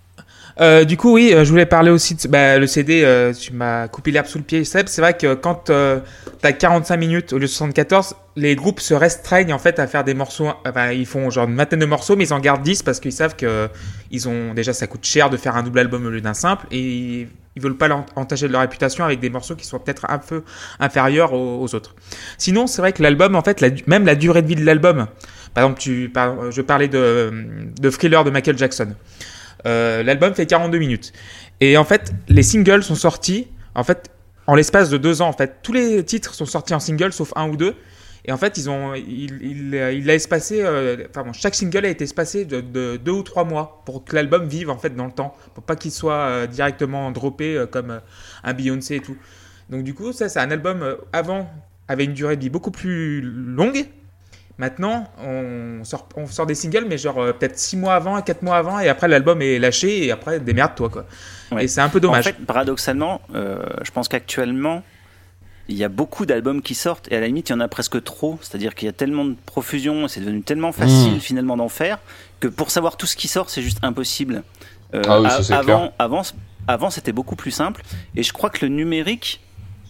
Euh, du coup, oui, euh, je voulais parler aussi de bah, le C D. Euh, tu m'as coupé l'herbe sous le pied, Seb. C'est vrai que quand euh, t'as quarante-cinq minutes au lieu de soixante-quatorze, les groupes se restreignent en fait à faire des morceaux. Enfin, ils font genre une vingtaine de morceaux, mais ils en gardent dix parce qu'ils savent que ils ont déjà ça coûte cher de faire un double album au lieu d'un simple et ils, ils veulent pas l'ent- entacher de leur réputation avec des morceaux qui sont peut-être un peu inférieurs aux, aux autres. Sinon, c'est vrai que l'album, en fait, la, du- même la durée de vie de l'album. Par exemple, tu, par, je parlais de, de Thriller de Michael Jackson. Euh, l'album fait quarante-deux minutes. Et en fait, les singles sont sortis, en fait, en l'espace de deux ans. En fait, tous les titres sont sortis en single, sauf un ou deux. Et en fait, ils ont, il, il, il l'a espacé. Euh, enfin bon, chaque single a été espacé de, de deux ou trois mois pour que l'album vive en fait dans le temps, pour pas qu'il soit euh, directement droppé euh, comme euh, un Beyoncé et tout. Donc du coup, ça, c'est un album euh, avant avait une durée de vie beaucoup plus longue. Maintenant, on sort, on sort des singles, mais genre euh, peut-être six mois avant, quatre mois avant, et après l'album est lâché, et après démerde-toi quoi. Ouais. Et c'est un peu dommage. En fait, paradoxalement, euh, je pense qu'actuellement, il y a beaucoup d'albums qui sortent, et à la limite, il y en a presque trop. C'est-à-dire qu'il y a tellement de profusion, et c'est devenu tellement facile Mmh. finalement d'en faire, que pour savoir tout ce qui sort, c'est juste impossible. Euh, Ah oui, ça, c'est avant, clair. avant, avant, c'était beaucoup plus simple, et je crois que le numérique,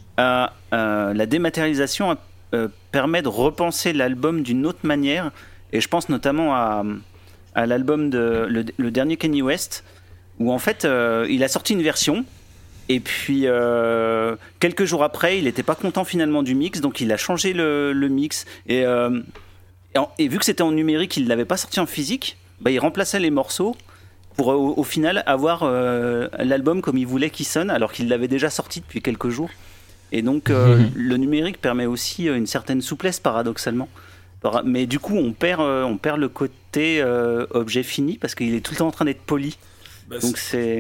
a, euh, la dématérialisation a, euh, permet de repenser l'album d'une autre manière, et je pense notamment à, à l'album de le, le dernier Kanye West, où en fait, euh, il a sorti une version. Et puis, euh, quelques jours après, il n'était pas content finalement du mix, donc il a changé le, le mix. Et, euh, et, en- et vu que c'était en numérique, il ne l'avait pas sorti en physique, bah, il remplaçait les morceaux. pour au, au final avoir euh, l'album comme il voulait qu'il sonne, alors qu'il l'avait déjà sorti depuis quelques jours. Et donc euh, mmh. le numérique permet aussi une certaine souplesse paradoxalement. Mais du coup on perd, euh, on perd le côté euh, objet fini parce qu'il est tout le temps en train d'être poli. Bah, donc c'est...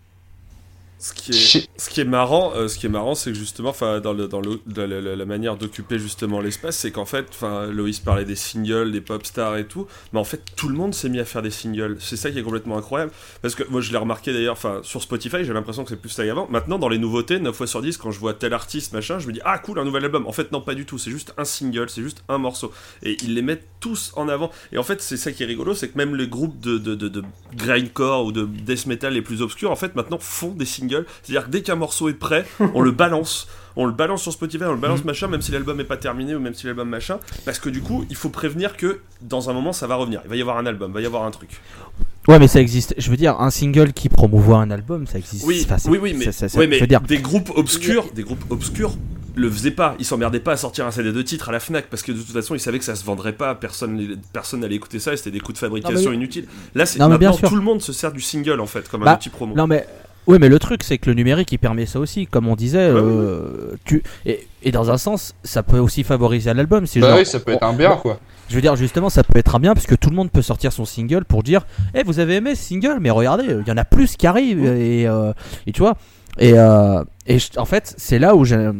Ce qui est, ce qui est marrant, euh, ce qui est marrant, c'est que justement, enfin, dans, le, dans, le, dans la, la, la manière d'occuper justement l'espace, c'est qu'en fait, enfin, Loïs parlait des singles, des pop stars et tout, mais en fait, tout le monde s'est mis à faire des singles. C'est ça qui est complètement incroyable, parce que moi, je l'ai remarqué d'ailleurs, enfin, sur Spotify, j'ai l'impression que c'est plus ça qu'avant. Maintenant, dans les nouveautés, neuf fois sur dix, quand je vois tel artiste, machin, je me dis ah cool, un nouvel album. En fait, non, pas du tout. C'est juste un single, c'est juste un morceau, et ils les mettent tous en avant. Et en fait, c'est ça qui est rigolo, c'est que même les groupes de, de, de, de grindcore ou de death metal les plus obscurs, en fait, maintenant font des singles. C'est-à-dire que dès qu'un morceau est prêt, on le balance. On le balance sur Spotify, on le balance machin, même si l'album est pas terminé ou même si l'album machin. Parce que du coup, il faut prévenir que dans un moment, ça va revenir. Il va y avoir un album, il va y avoir un truc. Ouais, mais ça existe. Je veux dire, un single qui promouvoit un album, ça existe. Oui, enfin, oui, oui, mais, ça, ça, ça, ouais, mais je veux dire... des groupes obscurs, des groupes obscurs le faisaient pas. Ils s'emmerdaient pas à sortir un C D de titres à la Fnac parce que de toute façon, ils savaient que ça se vendrait pas. Personne, personne n'allait écouter ça et c'était des coûts de fabrication non, mais... inutiles. Là, c'est non, maintenant tout le monde se sert du single en fait comme bah, un outil promo. Non mais. Oui, mais le truc, c'est que le numérique, il permet ça aussi. Comme on disait, bah, euh, oui. tu... et, et dans un sens, ça peut aussi favoriser un album. C'est bah genre, oui, ça peut être un bien, quoi. Je veux dire, justement, ça peut être un bien, parce que tout le monde peut sortir son single pour dire hey, vous avez aimé ce single, mais regardez, il y en a plus qui arrivent. Et, euh, et tu vois, et, euh, et je, en fait, c'est là où j'ai,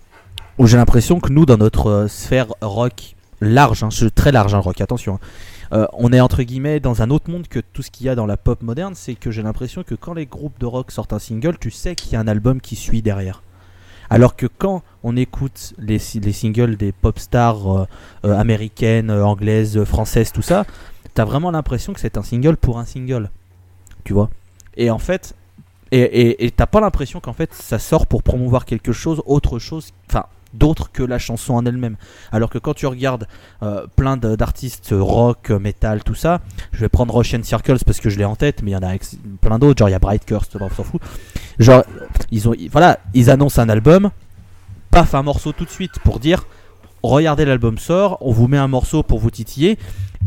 où j'ai l'impression que nous, dans notre euh, sphère rock large, hein, très large, hein, rock, attention, hein, Euh, on est entre guillemets dans un autre monde que tout ce qu'il y a dans la pop moderne. C'est que j'ai l'impression que quand les groupes de rock sortent un single, tu sais qu'il y a un album qui suit derrière. Alors que quand on écoute les, les singles des pop stars euh, euh, américaines, euh, anglaises, françaises, tout ça, t'as vraiment l'impression que c'est un single pour un single, tu vois. Et en fait, et, et, et t'as pas l'impression qu'en fait ça sort pour promouvoir quelque chose, autre chose, enfin d'autre que la chanson en elle-même. Alors que quand tu regardes euh, plein de, d'artistes rock, metal, tout ça, je vais prendre Ocean Circles parce que je l'ai en tête, mais il y en a ex- plein d'autres, genre il y a Bright Curse, on s'en fout. Genre, ils ont, voilà, ils annoncent un album, paf, un morceau tout de suite pour dire, regardez l'album sort, on vous met un morceau pour vous titiller,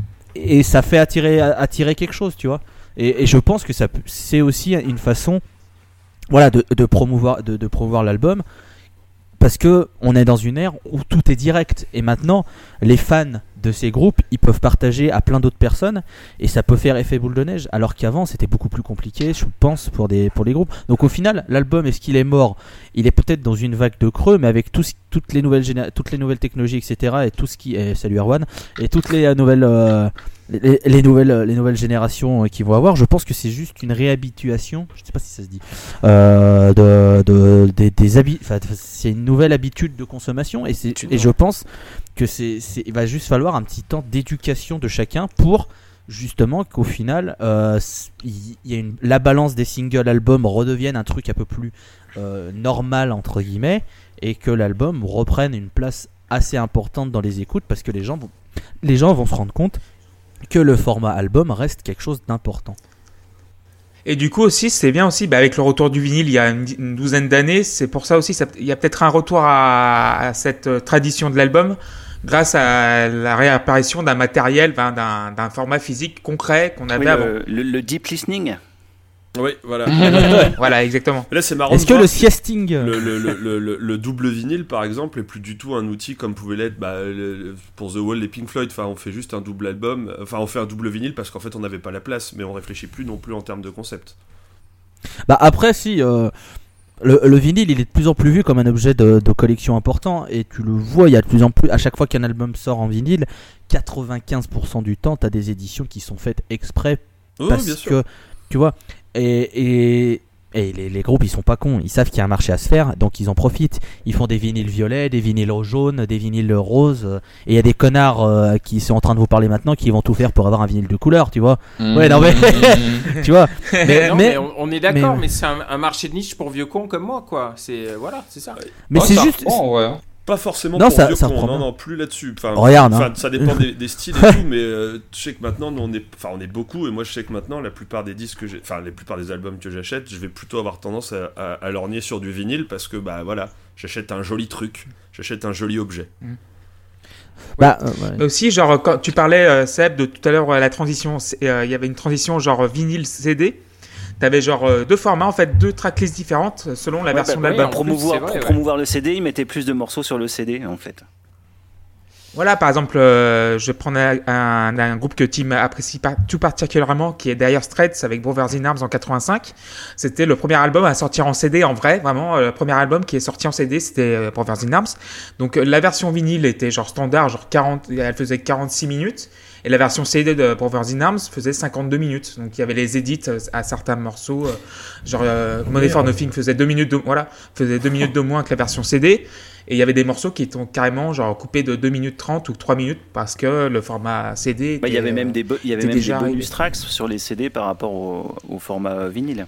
et ça fait attirer, attirer quelque chose, tu vois. Et, et je pense que ça, c'est aussi une façon, voilà, de, de promouvoir, de, de promouvoir l'album. Parce que on est dans une ère où tout est direct et maintenant les fans de ces groupes ils peuvent partager à plein d'autres personnes et ça peut faire effet boule de neige alors qu'avant c'était beaucoup plus compliqué je pense pour, des, pour les groupes. Donc au final l'album est-ce qu'il est mort? Il est peut-être dans une vague de creux mais avec tout, toutes, les nouvelles géné- toutes les nouvelles technologies etc et tout ce qui est, salut Erwan, et toutes les euh, nouvelles euh, les, les nouvelles les nouvelles générations euh, qui vont avoir, je pense que c'est juste une réhabituation, je sais pas si ça se dit, euh, de, de des, des habits, enfin c'est une nouvelle habitude de consommation et c'est et je pense que c'est, c'est il va juste falloir un petit temps d'éducation de chacun pour justement qu'au final euh, il y a une la balance des singles albums redevienne un truc un peu plus euh, normal entre guillemets et que l'album reprenne une place assez importante dans les écoutes parce que les gens vont les gens vont se rendre compte que le format album reste quelque chose d'important. Et du coup aussi, c'est bien aussi, bah, avec le retour du vinyle il y a une, une douzaine d'années, c'est pour ça aussi, ça, il y a peut-être un retour à, à cette euh, tradition de l'album grâce à la réapparition d'un matériel, ben, d'un, d'un format physique concret qu'on avait oui, avant. Le, le, le deep listening. Oui, voilà. Voilà, exactement. Et là, c'est marrant. Est-ce que le siesting, le, le, le, le, le, le double vinyle, par exemple, est plus du tout un outil comme pouvait l'être bah, le, pour The Wall et Pink Floyd. Enfin, on fait juste un double album. Enfin, on fait un double vinyle parce qu'en fait, on n'avait pas la place, mais on réfléchit plus non plus en termes de concept. Bah après, si euh, le, le vinyle, il est de plus en plus vu comme un objet de, de collection important, et tu le vois, il y a de plus en plus. À chaque fois qu'un album sort en vinyle, quatre-vingt-quinze pour cent du temps, t'as des éditions qui sont faites exprès Oh, parce bien sûr. que tu vois. Et, et, et les, les groupes ils sont pas cons, ils savent qu'il y a un marché à se faire donc ils en profitent, ils font des vinyles violets, des vinyles jaunes, des vinyles roses et il y a des connards euh, qui sont en train de vous parler maintenant qui vont tout faire pour avoir un vinyle de couleur, tu vois. Mmh. Ouais non mais tu vois mais, non, mais, mais on, on est d'accord mais, mais c'est un, un marché de niche pour vieux cons comme moi quoi, c'est euh, voilà, c'est ça. Mais oh, c'est ça juste reprend, ouais. Pas forcément non, pour ça, vieux ça cons, non, bien. non, plus là-dessus. Enfin, regarde, enfin hein. ça dépend des, des styles et tout, mais euh, je sais que maintenant, nous, on est, enfin, on est beaucoup, et moi, je sais que maintenant, la plupart des disques que j'ai, enfin, la plupart des albums que j'achète, je vais plutôt avoir tendance à, à, à lorgner sur du vinyle parce que, bah, voilà, j'achète un joli truc, j'achète un joli objet. Bah, euh, ouais. Mais aussi, genre, quand tu parlais, euh, Seb, de tout à l'heure, euh, la transition, il euh, y avait une transition genre vinyle C D. T'avais genre euh, deux formats, en fait, deux tracklists différentes selon la Ouais, version bah, de l'album. ouais, Pour promouvoir, c'est vrai, pour ouais. promouvoir le C D, ils mettaient plus de morceaux sur le C D en fait. Voilà, par exemple, euh, je vais prendre un, un, un groupe que Tim apprécie pas, tout particulièrement, qui est Dire Straits avec Brothers in Arms en quatre-vingt-cinq. C'était le premier album à sortir en C D, en vrai, vraiment, euh, le premier album qui est sorti en C D, c'était euh, Brothers in Arms. Donc euh, la version vinyle était genre standard, genre quarante, elle faisait quarante-six minutes, et la version C D de Brothers in Arms faisait cinquante-deux minutes. Donc il y avait les edits euh, à certains morceaux, euh, genre euh, Money for Nothing faisait deux minutes de, voilà, faisait deux minutes de moins que la version C D. Et il y avait des morceaux qui étaient carrément genre coupés de deux minutes trente ou trois minutes parce que le format C D était, Bah, il y avait même des, bo- il y avait était même des déjà bonus arrivé. tracks sur les C D par rapport au, au format vinyle.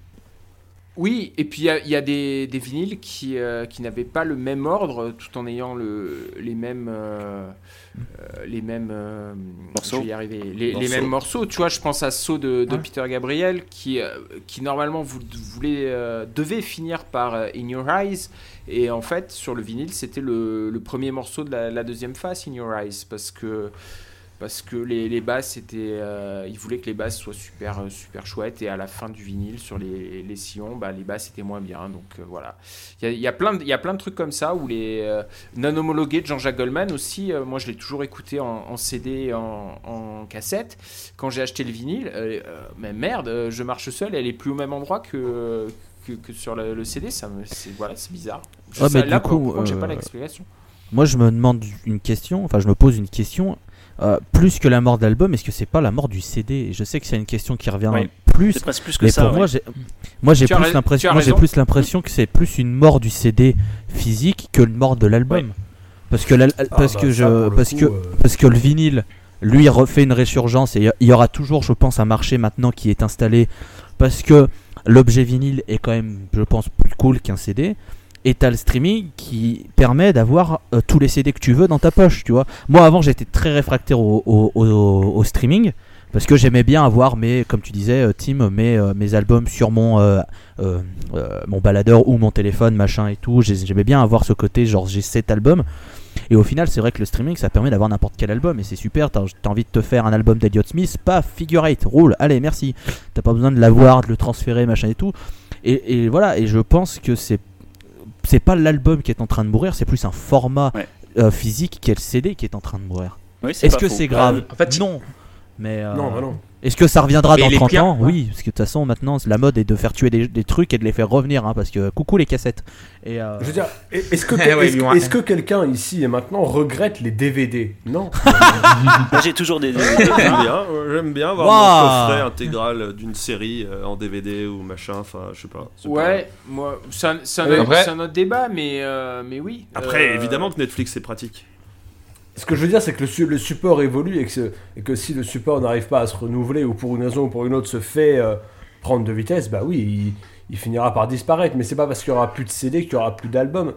Oui, et puis il y a, y a des, des vinyles qui, euh, qui n'avaient pas le même ordre tout en ayant le, les mêmes, euh, euh, les mêmes euh, Morceaux. je vais y arriver, les, les Morceaux. mêmes morceaux. Tu vois, je pense à Saut de, de Ouais. Peter Gabriel qui, euh, qui normalement vou- voulait, euh, devait finir par euh, In Your Eyes. Et en fait, sur le vinyle, c'était le, le premier morceau de la, la deuxième face, In Your Eyes, parce que parce que les, les basses étaient, euh, ils voulaient que les basses soient super euh, super chouettes, et à la fin du vinyle sur les, les sillons, bah, les basses étaient moins bien, donc euh, voilà. Il y a, il y a plein de, il y a plein de trucs comme ça où les euh, non homologués de Jean-Jacques Goldman aussi, euh, moi je l'ai toujours écouté en, en C D et en, en cassette. Quand j'ai acheté le vinyle, euh, euh, mais merde, euh, Je marche seul, elle est plus au même endroit que que, que sur le, le C D, ça me, c'est voilà, c'est bizarre. Je Ouais, sais- mais là, du pour- coup, pour contre, j'ai pas euh, l'explication. Moi, je me demande une question, enfin, je me pose une question. Euh, plus que la mort de l'album, est-ce que c'est pas la mort du C D? Et je sais que c'est une question qui revient Oui. plus. C'est presque plus que Mais ça. pour ouais. moi, j'ai, moi, j'ai Tu as plus rais- l'impression, tu as moi, j'ai raison. plus l'impression que c'est plus une mort du C D physique que une mort de l'album. Parce que, la- parce bah, que ça, pour je, le parce coup, que, euh, parce que le vinyle, lui, refait une résurgence, et il y aura toujours, je pense, un marché maintenant qui est installé, parce que l'objet vinyle est quand même, je pense, plus cool qu'un C D. Et t'as le streaming qui permet d'avoir euh, tous les C D que tu veux dans ta poche, tu vois. Moi, avant, j'étais très réfractaire au, au, au, au streaming, parce que j'aimais bien avoir mes, comme tu disais, euh, Tim, mes, euh, mes albums sur mon, euh, euh, euh, mon baladeur ou mon téléphone, machin et tout. J'ai- J'aimais bien avoir ce côté, genre j'ai cet album. Et au final, c'est vrai que le streaming, ça permet d'avoir n'importe quel album, et c'est super. T'as t'as envie de te faire un album d'Elliott Smith, paf, figure eight, roule, allez, merci. T'as pas besoin de l'avoir, de le transférer, machin et tout. Et, et voilà, et je pense que c'est c'est pas l'album qui est en train de mourir, c'est plus un format Ouais. euh, physique qui est le C D qui est en train de mourir. Oui, c'est Est-ce pas que faux. c'est grave? En fait, non. Mais euh, Non, bah non. est-ce que ça reviendra Mais dans les trente clients, ans? ouais. Oui, parce que de toute façon maintenant la mode est de faire tuer des, des trucs et de les faire revenir, hein, parce que coucou les cassettes. Et euh, Je veux dire, est-ce que, Eh ouais, est-ce, ils vont- est-ce que quelqu'un ici et maintenant regrette les D V D? Non. Moi, j'ai toujours des. des- J'aime bien, euh, j'aime bien avoir Waouh. mon coffret intégral d'une série euh, en D V D ou machin, enfin je sais pas. c'est Ouais, moi, c'est un, c'est un, Ouais. autre- Après- c'est un autre débat, mais, euh, mais oui. pas- Après, Euh, évidemment que Netflix c'est pratique. Ce que je veux dire, c'est que le, su- le support évolue, et que, ce- et que si le support n'arrive pas à se renouveler, ou pour une raison ou pour une autre se fait euh, prendre de vitesse, bah oui, il, il finira par disparaître. Mais c'est pas parce qu'il y aura plus de C D qu'il y aura plus d'albums.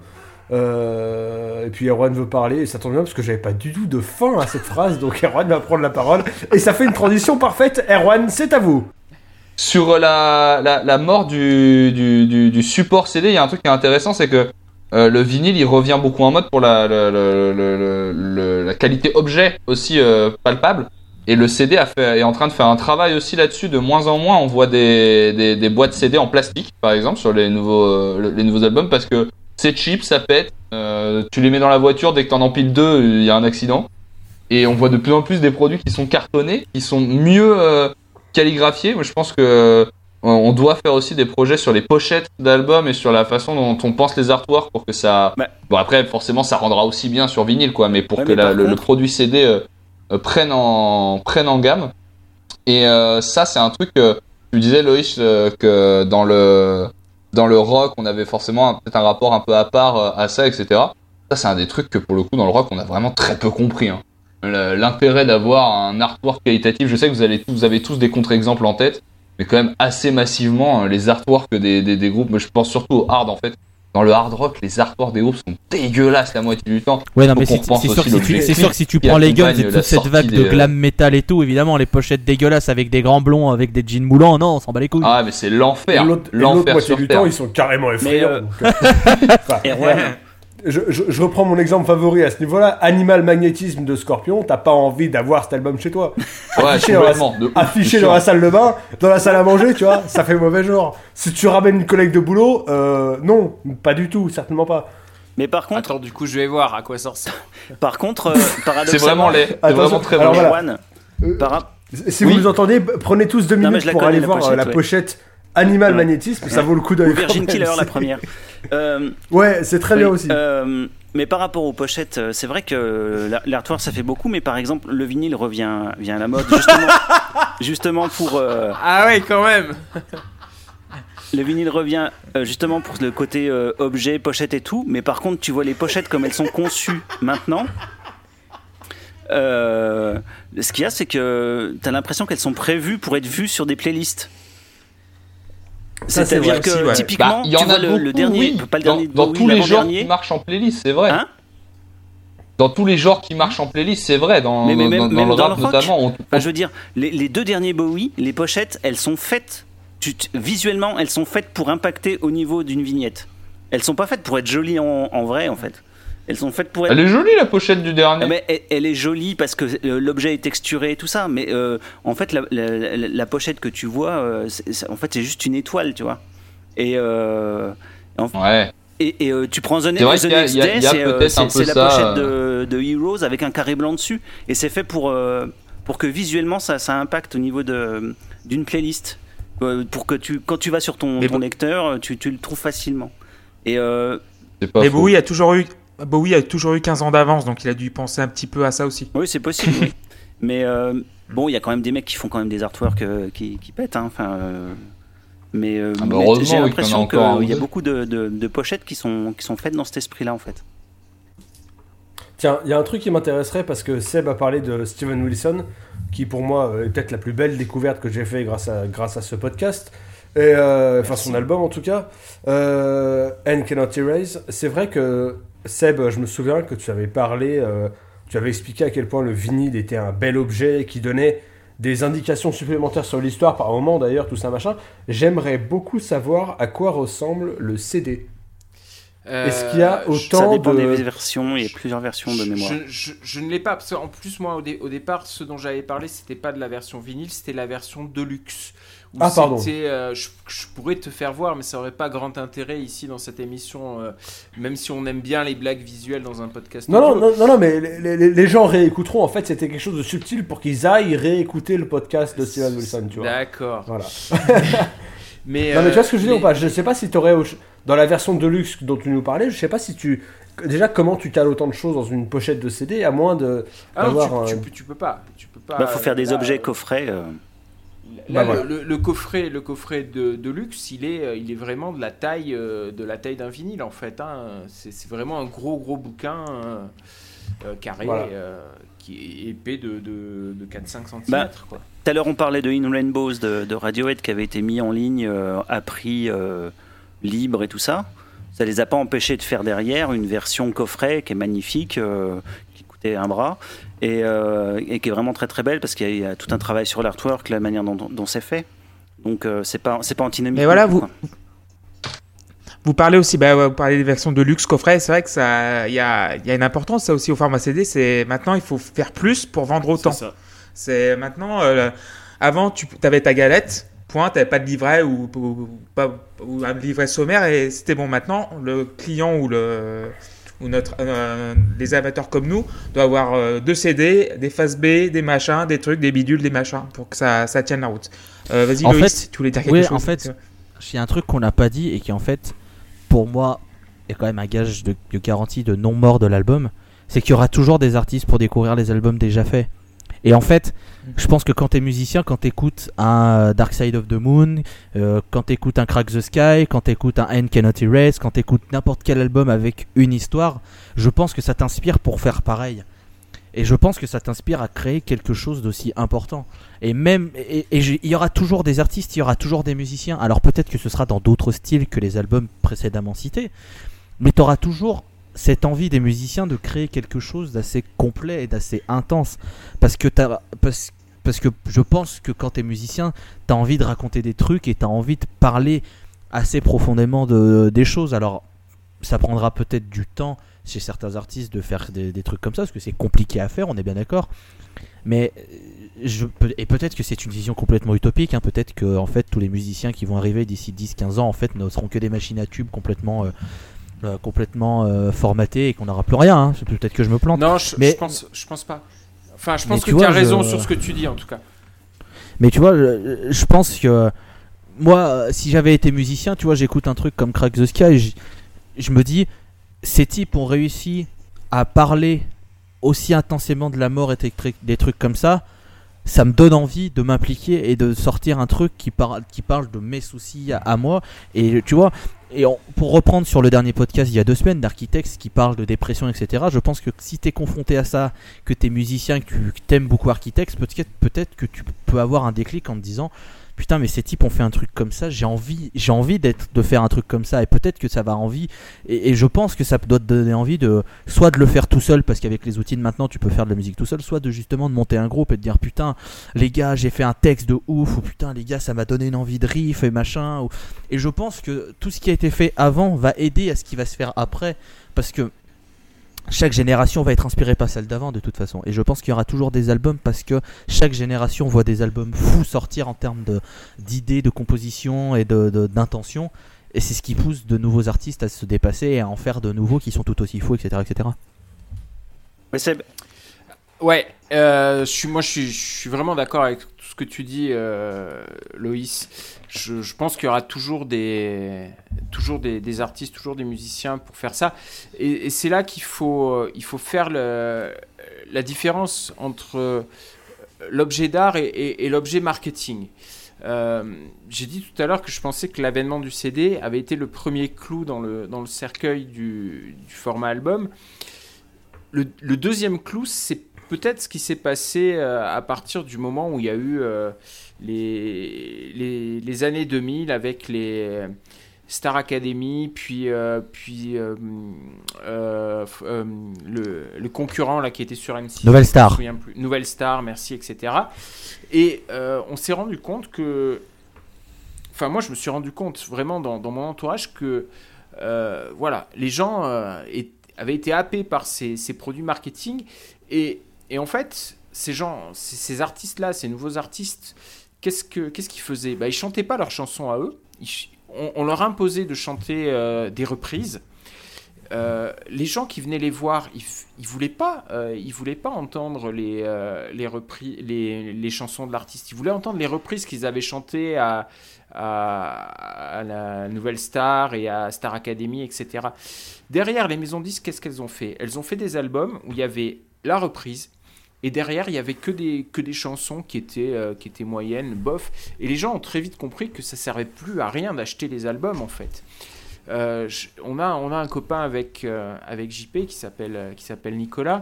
Euh, et puis Erwan veut parler, et ça tombe bien parce que j'avais pas du tout de fin à cette phrase, donc Erwan va prendre la parole, et ça fait une transition parfaite. Erwan, c'est à vous. Sur la, la, la mort du, du, du, du support C D, il y a un truc qui est intéressant, c'est que euh, le vinyle il revient beaucoup en mode pour la, la, la, la, la, la- la qualité objet aussi euh, palpable. Et le C D a fait, est en train de faire un travail aussi là-dessus. De moins en moins, on voit des, des, des boîtes C D en plastique, par exemple, sur les nouveaux, euh, les nouveaux albums, parce que c'est cheap, ça pète. Euh, tu les mets dans la voiture, dès que t'en empiles deux, il y a un accident. Et on voit de plus en plus des produits qui sont cartonnés, qui sont mieux euh, calligraphiés. Moi, je pense que euh, on doit faire aussi des projets sur les pochettes d'albums et sur la façon dont on pense les artworks pour que ça. Ouais. Bon, après, forcément, ça rendra aussi bien sur vinyle, quoi, mais pour Ouais, que mais la- par le, le contre- produit C D euh, euh, prenne en prenne en gamme. Et euh, ça, c'est un truc que tu disais, Loïs, euh, que dans le dans le rock, on avait forcément un- peut-être un rapport un peu à part euh, à ça, et cetera. Ça, c'est un des trucs que pour le coup, dans le rock, on a vraiment très peu compris. Hein. Le- L'intérêt d'avoir un artwork qualitatif, je sais que vous, allez, vous avez tous des contre-exemples en tête, mais quand même assez massivement, euh, les artworks des, des, des groupes, mais je pense surtout au hard en fait. Dans le hard rock, les artworks des groupes sont dégueulasses la moitié du temps. ouais, non, mais Faut c'est qu'on repense c'est sûr, que aussi si tu- l'objectif c'est sûr que si tu qui prends les Guns accompagne et la toute cette sortie vague de des, euh, glam metal et tout, évidemment, les pochettes dégueulasses avec des grands blonds, avec des jeans moulants, non, on s'en bat les couilles. Ah, mais c'est Et l'enfer. l'autre, et l'autre L'enfer moitié sur du Terre. temps, ils sont carrément effrayants. euh, donc, euh, enfin, Erwan, je, je, je reprends mon exemple favori à ce niveau-là. Animal Magnétisme de Scorpion, t'as pas envie d'avoir cet album chez toi. Ouais, affiché dans, la, de affiché dans la salle de bain, dans la salle à manger, tu vois, ça fait mauvais genre. Si tu ramènes une collègue de boulot, euh, non, pas du tout, certainement pas. Mais par contre, attends, du coup, je vais voir à quoi ça ressemble. Par contre, euh, paradoxalement, c'est vraiment laid. C'est vraiment très alors bon. voilà. Juan, Euh, para- Si Oui. vous nous entendez, prenez tous deux Non, mais minutes je la pour connais, aller la voir pochette, euh, la ouais. pochette Animal Ouais. Magnétisme, ça Ouais. vaut le coup ou d'œil. Virgin quand même, Killer, la c'est- première. Euh, Ouais, c'est très bien oui, aussi. euh, mais par rapport aux pochettes, euh, c'est vrai que la- l'artwork ça fait beaucoup, mais par exemple le vinyle revient, vient à la mode justement, justement pour euh, Ah ouais, quand même. le vinyle revient euh, justement pour le côté euh, objet, pochette et tout. Mais par contre, tu vois les pochettes comme elles sont conçues maintenant. Euh, ce qu'il y a, c'est que t'as l'impression qu'elles sont prévues pour être vues sur des playlists. Ça, c'est C'est-à-dire vrai que aussi, ouais. typiquement, Bah, il y en tu vois a le, beaucoup, le dernier, oui. pas le Dans, dernier, dans oui, tous les genres l'avant-dernier. qui marchent en playlist, c'est vrai. Hein Dans tous les genres qui marchent en playlist, c'est vrai. Dans, Mais- mais dans, même- dans même le dans rap le rock. notamment, on, Enfin, je veux dire, les, les deux derniers Bowie, les pochettes, elles sont faites, tu, tu- visuellement, elles sont faites pour impacter au niveau d'une vignette. Elles sont pas faites pour être jolies en, en vrai, en fait. Elles sont faites pour être. elle est jolie la pochette du dernier. Ah, mais elle, elle est jolie parce que euh, l'objet est texturé et tout ça, mais euh, en fait, la, la- la- la pochette que tu vois, euh, c'est- c'est- en fait, c'est juste une étoile, tu vois. Et, euh, en- Ouais. et, et, euh, tu prends The, C'est vrai The qu'il y a- Next il y a- Day, il y a c'est euh, peut-être c'est- un peu c'est la ça, pochette de, de Heroes avec un carré blanc dessus, et c'est fait pour, euh, pour que visuellement ça, ça impacte au niveau de, d'une playlist. Euh, pour que tu, quand tu vas sur ton, Mais ton bon- lecteur, tu, tu le trouves facilement. Et euh, C'est pas Mais faux. Bowie a toujours eu, Bowie a toujours eu quinze ans d'avance, donc il a dû penser un petit peu à ça aussi. oui, c'est possible. Oui. Mais euh, bon, il y a quand même des mecs qui font quand même des artworks euh, qui, qui pètent. Hein. Enfin, euh, mais, euh, Ah bah mais heureusement, j'ai oui, qu'il y en a l'impression encore un ou qu'il y a deux. beaucoup de, de, de pochettes qui sont, qui sont faites dans cet esprit-là, en fait. Tiens, il y a un truc qui m'intéresserait parce que Seb a parlé de Steven Wilson, qui pour moi euh, est peut-être la plus belle découverte que j'ai fait grâce à, grâce à ce podcast. Et, euh, enfin, son album en tout cas. Euh, And Cannot Erase. C'est vrai que Seb, je me souviens que tu avais parlé, euh, tu avais expliqué à quel point le vinyle était un bel objet qui donnait des indications supplémentaires sur l'histoire, par moment d'ailleurs, tout ça machin. J'aimerais beaucoup savoir à quoi ressemble le C D. Est-ce qu'il y a Euh, autant Ça dépend de... des versions, il y a plusieurs versions de je, mémoire. je, je- je ne l'ai pas, parce qu'en plus, moi, au, dé- au départ, ce dont j'avais parlé, c'était pas de la version vinyle, c'était la version Deluxe. Où Ah, pardon. c'était, euh, je, je pourrais te faire voir, mais ça aurait pas grand intérêt ici dans cette émission, euh, même si on aime bien les blagues visuelles dans un podcast. Non, non, audio. non, non, non, mais les, les- les gens réécouteront. En fait, c'était quelque chose de subtil pour qu'ils aillent réécouter le podcast de Steven Wilson, tu vois. D'accord. Voilà. Mais, Non, mais tu vois ce que je veux dire les- ou pas? Je sais pas si t'aurais, au- dans la version Deluxe dont tu nous parlais, je sais pas si tu... Déjà, comment tu cales autant de choses dans une pochette de C D, à moins de... Ah non, d'avoir tu, un- tu peux- tu peux pas. Tu peux pas. Bah, faut faire des là, objets euh, coffrets. euh. Là, Bah, voilà. le, le- le coffret, le coffret de, de luxe, il est, euh, il est vraiment de la taille, euh, de la taille d'un vinyle en fait. Hein. C'est, c'est vraiment un gros gros bouquin euh, euh, carré Voilà. euh, qui est épais de, de, de quatre à cinq Bah, centimètres. Quoi. Tout à l'heure, on parlait de In Rainbows de, de Radiohead qui avait été mis en ligne euh, à prix euh, libre et tout ça. Ça les a pas empêchés de faire derrière une version coffret qui est magnifique, euh, qui coûtait un bras et, euh, et qui est vraiment très très belle parce qu'il y a, il y a tout un travail sur l'artwork, la manière dont, dont c'est fait. Donc euh, c'est pas c'est pas antinomique. Mais voilà, non plus, vous- quoi. Vous parlez aussi, bah, ouais, vous parlez des versions de luxe coffret. C'est vrai que ça, il y a, il y a une importance ça aussi au format C D. C'est maintenant il faut faire plus pour vendre autant. C'est ça. C'est maintenant, euh, avant tu avais ta galette, point, t'avais pas de livret ou, ou, ou pas, ou un livret sommaire et c'était bon. Maintenant, le client ou le ou notre euh, les amateurs comme nous doivent avoir euh, deux C D, des faces B, des machins, des trucs, des bidules, des machins pour que ça, ça tienne la route. Euh, vas-y En Loïs, fait, tu voulais dire quelque oui, chose en fait, il y a un truc qu'on n'a pas dit et qui en fait, pour moi, est quand même un gage de, de garantie de non-mort de l'album. C'est qu'il y aura toujours des artistes pour découvrir les albums déjà faits. Et en fait, je pense que quand t'es musicien, quand t'écoutes un Dark Side of the Moon, euh, quand t'écoutes un Crack the Sky, quand t'écoutes un And Cannot Erase, quand t'écoutes n'importe quel album avec une histoire, je pense que ça t'inspire pour faire pareil. Et je pense que ça t'inspire à créer quelque chose d'aussi important. Et même, et, et j'ai- il y aura toujours des artistes, il y aura toujours des musiciens. Alors peut-être que ce sera dans d'autres styles que les albums précédemment cités, mais t'auras toujours cette envie des musiciens de créer quelque chose d'assez complet et d'assez intense. Parce que t'as, parce, parce que je pense que quand t'es musicien, t'as envie de raconter des trucs et t'as envie de parler assez profondément de, des choses. Alors ça prendra peut-être du temps chez certains artistes de faire des, des trucs comme ça, parce que c'est compliqué à faire, on est bien d'accord. Mais je peux, et peut-être que c'est une vision complètement utopique, hein, peut-être que en fait tous les musiciens qui vont arriver d'ici dix quinze ans en fait ne seront que des machines à tubes complètement euh, euh, complètement euh, formatées et qu'on n'aura plus rien, hein. Peut-être que je me plante. Non, je, mais je pense je pense pas. Enfin, je pense mais que tu tu as vois, raison je... sur ce que tu dis en tout cas. Mais tu vois, je, je pense que moi, si j'avais été musicien, tu vois, j'écoute un truc comme Crack the Sky, je, je me dis, ces types ont réussi à parler aussi intensément de la mort et des, des trucs comme ça, ça me donne envie de m'impliquer et de sortir un truc qui, par, qui parle de mes soucis à, à moi. Et tu vois, et on, pour reprendre sur le dernier podcast il y a deux semaines d'Architects qui parle de dépression, et cetera, je pense que si t'es confronté à ça, que t'es musicien, que tu que t'aimes beaucoup Architects, peut-être, peut-être que tu peux avoir un déclic en te disant putain, mais ces types ont fait un truc comme ça, j'ai envie, j'ai envie d'être, de faire un truc comme ça, et peut-être que ça va envie, et, et je pense que ça doit te donner envie de, soit de le faire tout seul, parce qu'avec les outils de maintenant tu peux faire de la musique tout seul, soit de justement de monter un groupe et de dire putain, les gars, j'ai fait un texte de ouf, ou putain, les gars, ça m'a donné une envie de riff et machin, ou... et je pense que tout ce qui a été fait avant va aider à ce qui va se faire après, parce que chaque génération va être inspirée par celle d'avant de toute façon, et je pense qu'il y aura toujours des albums parce que chaque génération voit des albums fous sortir en termes de, d'idées, de composition et de, de, d'intention, et c'est ce qui pousse de nouveaux artistes à se dépasser et à en faire de nouveaux qui sont tout aussi fous, etc, etc. Mais c'est... Ouais, euh, je suis, moi je suis, je suis vraiment d'accord avec tout ce que tu dis, euh, Loïs. Je, je pense qu'il y aura toujours des, toujours des, des artistes, toujours des musiciens pour faire ça. Et, et c'est là qu'il faut, il faut faire le, la différence entre l'objet d'art et, et, et l'objet marketing. Euh, j'ai dit tout à l'heure que je pensais que l'avènement du C D avait été le premier clou dans le, dans le cercueil du, du format album. Le, le deuxième clou, c'est peut-être ce qui s'est passé euh, à partir du moment où il y a eu euh, les, les, les années deux mille avec les Star Academy, puis, euh, puis euh, euh, euh, le, le concurrent là, qui était sur M six. Nouvelle Star. Je me souviens plus. Nouvelle Star, merci, et cetera. Et euh, on s'est rendu compte que... Enfin, moi, je me suis rendu compte vraiment dans, dans mon entourage que euh, voilà, les gens euh, étaient avaient été happés par ces, ces produits marketing et, et en fait ces gens, ces, ces artistes-là, ces nouveaux artistes, qu'est-ce, que, qu'est-ce qu'ils faisaient ? Bah, ils chantaient pas leurs chansons à eux, ils, on, on leur imposait de chanter euh, des reprises. Euh, les gens qui venaient les voir, ils, ils voulaient pas, euh, ils voulaient pas entendre les, euh, les, repris, les, les chansons de l'artiste, ils voulaient entendre les reprises qu'ils avaient chantées à À, à la Nouvelle Star et à Star Academy, et cetera. Derrière, les maisons de disques, qu'est-ce qu'elles ont fait ? Elles ont fait des albums où il y avait la reprise, et derrière, il n'y avait que des, que des chansons qui étaient, euh, qui étaient moyennes, bof. Et les gens ont très vite compris que ça ne servait plus à rien d'acheter les albums, en fait. Euh, je, on, a, on a un copain avec, euh, avec J P qui s'appelle, qui s'appelle Nicolas,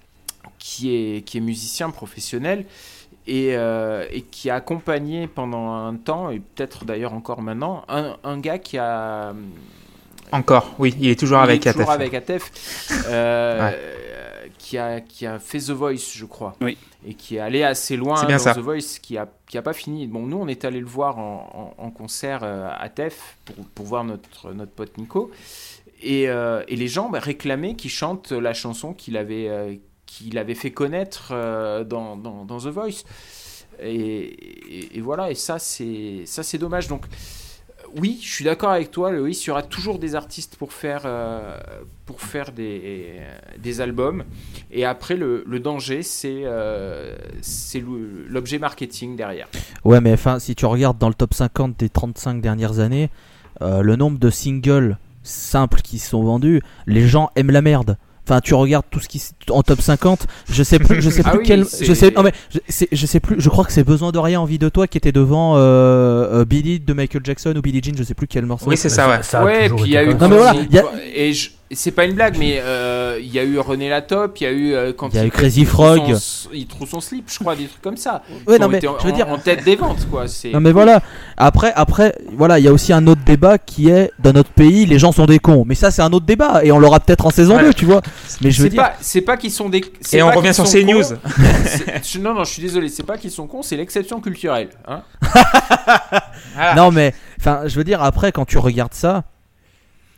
qui est, qui est musicien professionnel, Et, euh, et qui a accompagné pendant un temps, et peut-être d'ailleurs encore maintenant, un, un gars qui a... Encore, oui, il est toujours il avec est toujours Atef. avec Atef, euh, Ouais. qui, a, qui a fait The Voice, je crois, Oui. et qui est allé assez loin C'est bien dans ça. The Voice, qui a, qui a pas fini. Bon, nous, on est allé le voir en, en, en concert euh, à Atef pour, pour voir notre, notre pote Nico, et, euh, et les gens bah, réclamaient qu'il chante la chanson qu'il avait... Euh, qu'il avait fait connaître euh, dans, dans, dans The Voice. Et, et, et voilà, et ça c'est, ça, c'est dommage. Donc, oui, je suis d'accord avec toi, Loïs, il y aura toujours des artistes pour faire, euh, pour faire des, des albums. Et après, le, le danger, c'est, euh, c'est le, l'objet marketing derrière. Ouais, mais enfin, si tu regardes dans le top cinquante des trente-cinq dernières années, euh, le nombre de singles simples qui se sont vendus, les gens aiment la merde. Enfin, tu regardes tout ce qui en top cinquante, je sais plus, je sais plus Ah oui, quel, c'est... je sais, non mais je, c'est, je sais plus, je crois que c'est Besoin de rien, envie de toi qui était devant euh, euh, Billy It de Michael Jackson ou Billie Jean, je sais plus quel morceau. Oui, c'est ça, ouais. Ça a Ouais, toujours puis il y a été eu... comme Non, mais ça. voilà, il y a- Et je... c'est pas une blague, mais euh, il y a eu René Latop, il y a eu... Euh, quand Il y a eu il Crazy trouve Frog. son- il trouve son slip, je crois, des trucs comme ça. Ouais, Qui non ont mais été en, je veux dire, en tête des ventes, quoi. C'est... non mais voilà. Après, après, voilà, il y a aussi un autre débat qui est dans notre pays, les gens sont des cons. Mais ça, c'est un autre débat et on l'aura peut-être en saison Voilà. deux, tu vois. Mais je veux c'est dire, pas, c'est pas qu'ils sont des. c'est Et pas on revient qu'ils sur sont CNews. cons, c'est- je- Non, non, je suis désolé. C'est pas qu'ils sont cons, c'est l'exception culturelle. Hein. Voilà. non mais, enfin, je veux dire, après, quand tu regardes ça,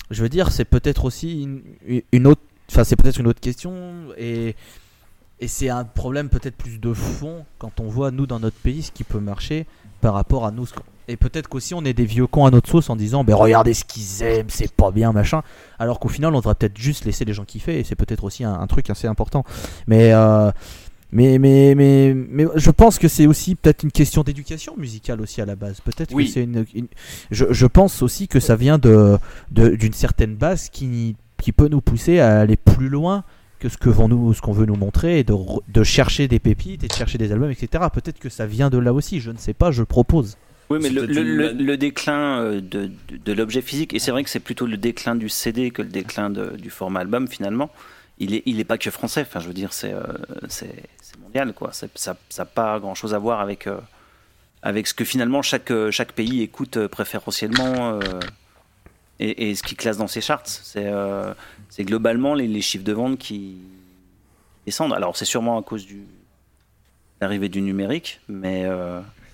je veux dire, c'est peut-être aussi une, une autre, enfin c'est peut-être une autre question et et c'est un problème peut-être plus de fond quand on voit nous dans notre pays ce qui peut marcher par rapport à nous. Et peut-être qu'aussi on est des vieux cons à notre sauce en disant ben regardez ce qu'ils aiment, c'est pas bien machin. Alors qu'au final on devrait peut-être juste laisser les gens kiffer et c'est peut-être aussi un, un truc assez important. Mais euh, mais mais mais mais je pense que c'est aussi peut-être une question d'éducation musicale aussi à la base. Peut-être Oui. que c'est une, une je, je pense aussi que ça vient de, de d'une certaine base qui qui peut nous pousser à aller plus loin que ce que vont nous, ce qu'on veut nous montrer, et de, de chercher des pépites et de chercher des albums, et cetera. Peut-être que ça vient de là aussi, je ne sais pas, je propose. Oui, mais C'est le, peut-être le, une le, man- le déclin euh, de, de, de l'objet physique, et c'est vrai que c'est plutôt le déclin du C D que le déclin de, du format album finalement, il est, il est pas que français, enfin je veux dire, c'est, euh, c'est, c'est mondial, quoi. C'est, ça n'a pas grand-chose à voir avec, euh, avec ce que finalement chaque, chaque pays écoute euh, préférentiellement euh, et, et ce qui classe dans ses charts. C'est, euh, c'est globalement les, les chiffres de vente qui descendent. Alors c'est sûrement à cause du l'arrivée du numérique, mais euh,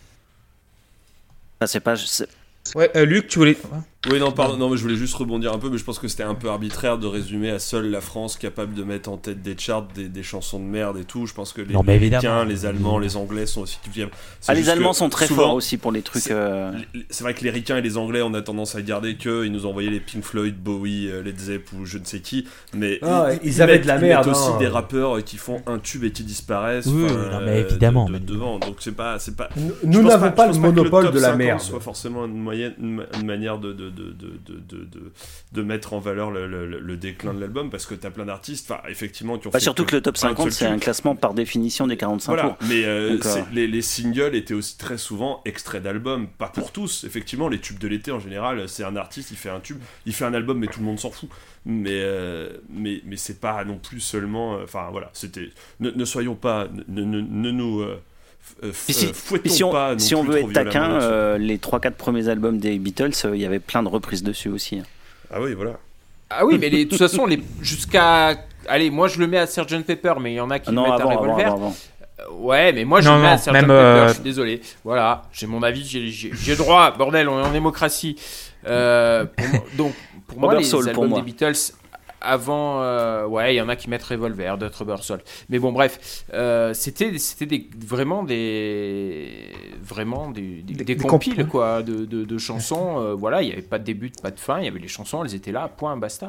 enfin, c'est pas... C'est... Ouais, euh, Luc, tu voulais. Oui, non, pardon, non, mais je voulais juste rebondir un peu, mais je pense que c'était un peu arbitraire de résumer à seule la France capable de mettre en tête des charts des, des chansons de merde et tout. Je pense que les Non, mais évidemment. Américains, les Allemands, les Anglais sont aussi capables. Ah, les Allemands sont très forts aussi pour les trucs. c'est- euh, C'est vrai que les Ricains et les Anglais, on a tendance à garder que ils nous ont envoyé les Pink Floyd, Bowie, euh, Led Zepp ou je ne sais qui, mais Ah, ils avaient mettent- de la ils merde, mettent aussi hein. des rappeurs qui font un tube et qui disparaissent. Oui, enfin, oui, non, mais euh, évidemment, de- de- mais- devant. Donc c'est pas, c'est pas. Nous, Je nous pense n'avons je pas pense le que monopole top de la cinquante merde. soit forcément une, moyenne, une, une manière de, de, de, de, de, de, de, de mettre en valeur le, le, le déclin de l'album, parce que t'as plein d'artistes, enfin effectivement, qui ont Bah, fait surtout que le top un cinquante, seul c'est tube. un classement par définition des quarante-cinq Voilà, tours. mais euh, Donc, euh, c'est- les, les singles étaient aussi très souvent extraits d'albums, pas pour tous, effectivement, les tubes de l'été en général, c'est un artiste, il fait un tube, il fait un album, mais tout le monde s'en fout. Mais, euh, mais, mais c'est pas non plus seulement. Enfin voilà, c'était. Ne, ne soyons pas. Ne, ne, ne nous. Euh, f- Puis si, euh, fouettons puis si on, pas non si on plus veut trop être taquin, violemment là-dessus. euh, les trois quatre premiers albums des Beatles, euh, il y avait plein de reprises dessus aussi. Ah oui, voilà. Ah oui, mais les- de toute façon, les, jusqu'à. Allez, moi je le mets à sergent Pepper, mais il y en a qui Ah le non, mettent avant, à avant, Revolver. avant, avant. Euh, Ouais, mais moi je Non, le mets non, à sergent même, Pepper, euh, je suis désolé. Voilà, j'ai mon avis, j'ai, j'ai, j'ai droit, bordel, on est en démocratie. Euh, pour moi- donc, pour moi, Rubber les Soul, pour albums moi. des Beatles. Avant, euh, ouais, il y en a qui mettent Revolver, d'autres Rubber Soul. Mais bon, bref, euh, c'était, c'était des, vraiment des, vraiment des, des, Des- des des compiles, comp- quoi, de, de, de chansons. euh, voilà, il n'y avait pas de début, pas de fin, il y avait les chansons, elles étaient là, point, basta.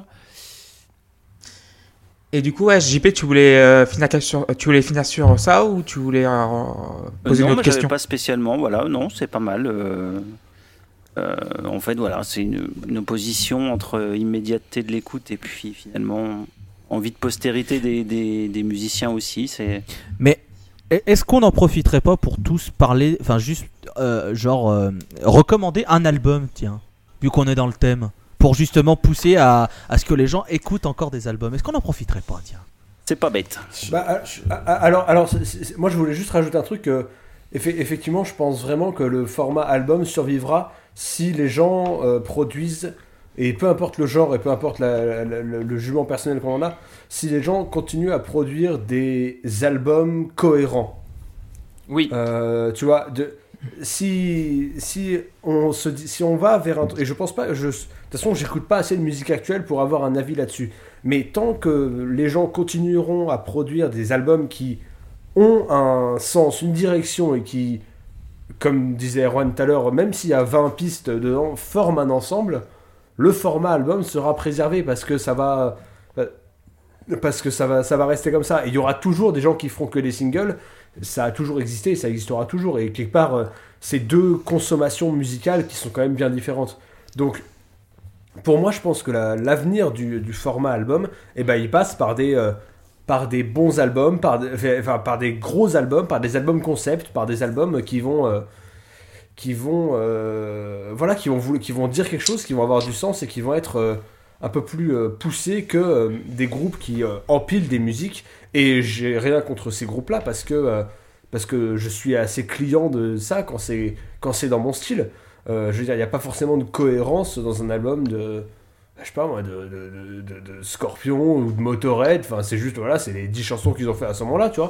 Et du coup, ouais, J P, tu voulais, euh, finir sur, tu voulais finir sur ça ou tu voulais euh, poser non, une moi, autre question j'avais pas spécialement. Voilà, non, c'est pas mal. euh, euh, en fait, voilà, c'est une, une opposition entre immédiateté de l'écoute et puis finalement envie de postérité des, des, des musiciens aussi. C'est Mais est-ce qu'on n'en profiterait pas pour tous parler, enfin juste euh, genre euh, recommander un album, tiens, vu qu'on est dans le thème, pour justement pousser à, à ce que les gens écoutent encore des albums. Est-ce qu'on n'en profiterait pas, tiens? c'est pas bête. Bah, ah, je- ah, ah, alors, alors c'est- c'est- moi je voulais juste rajouter un truc. que, effe- effectivement, je pense vraiment que le format album survivra si les gens euh, produisent, et peu importe le genre et peu importe la- la- la- le, le jugement personnel qu'on en a, si les gens continuent à produire des albums cohérents. Oui. Euh, tu vois, de, si, si, on se dit, si on va vers un... Et je pense pas... Je, de toute façon, j'écoute pas assez de musique actuelle pour avoir un avis là-dessus. Mais tant que les gens continueront à produire des albums qui ont un sens, une direction et qui, comme disait Erwan tout à l'heure, même s'il y a vingt pistes dedans, forment un ensemble, le format album sera préservé parce que ça va... Parce que ça va, ça va rester comme ça. Et il y aura toujours des gens qui feront que des singles. Ça a toujours existé, ça existera toujours. Et quelque part, euh, c'est deux consommations musicales qui sont quand même bien différentes. Donc, pour moi, je pense que la- l'avenir du, du format album, eh ben, il passe par des, euh, par des bons albums, par, des- enfin, par des gros albums, par des albums concept, par des albums qui vont... euh, qui vont, euh, voilà, qui vont, vouloir- qui vont dire quelque chose, qui vont avoir du sens et qui vont être... euh, un peu plus euh, poussé que euh, des groupes qui euh, empilent des musiques. Et j'ai rien contre ces groupes-là parce que, euh, parce que je suis assez client de ça quand c'est, quand c'est dans mon style. Euh, je veux dire, il n'y a pas forcément de cohérence dans un album de, je sais pas moi, de, de, de, de- de Scorpion ou de Motorhead. Enfin, c'est juste, voilà, c'est les dix chansons qu'ils ont fait à ce moment-là, tu vois.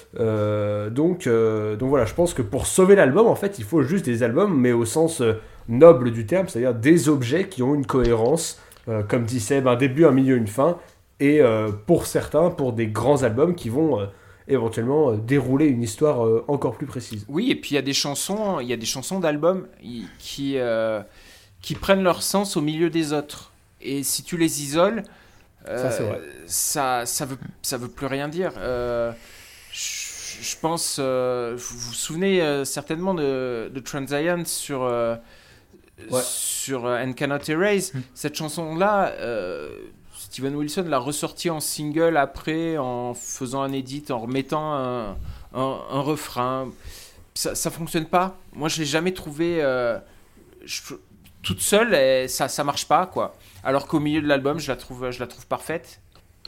Euh, donc, euh, donc voilà, je pense que pour sauver l'album, en fait, il faut juste des albums, mais au sens euh, noble du terme, c'est-à-dire des objets qui ont une cohérence, euh, comme dit Seb, un début, un milieu, une fin, et euh, pour certains, pour des grands albums qui vont euh, éventuellement euh, dérouler une histoire euh, encore plus précise. Oui, et puis il y a des chansons, il y a des chansons d'albums qui, euh, qui prennent leur sens au milieu des autres. Et si tu les isoles, euh, ça, c'est vrai. ça, ça veut, ça veut plus rien dire. Euh, je, je pense, euh, vous vous souvenez euh, certainement de, de Transience sur, euh, ouais. sur euh, And Cannot Erase. Mmh. Cette chanson-là, euh, Steven Wilson l'a ressortie en single après, en faisant un edit, en remettant un, un, un refrain. Ça, ça fonctionne pas. Moi, je l'ai jamais trouvé euh, je, toute seule. Et ça, ça marche pas, quoi. Alors qu'au milieu de l'album, je la trouve, je la trouve parfaite.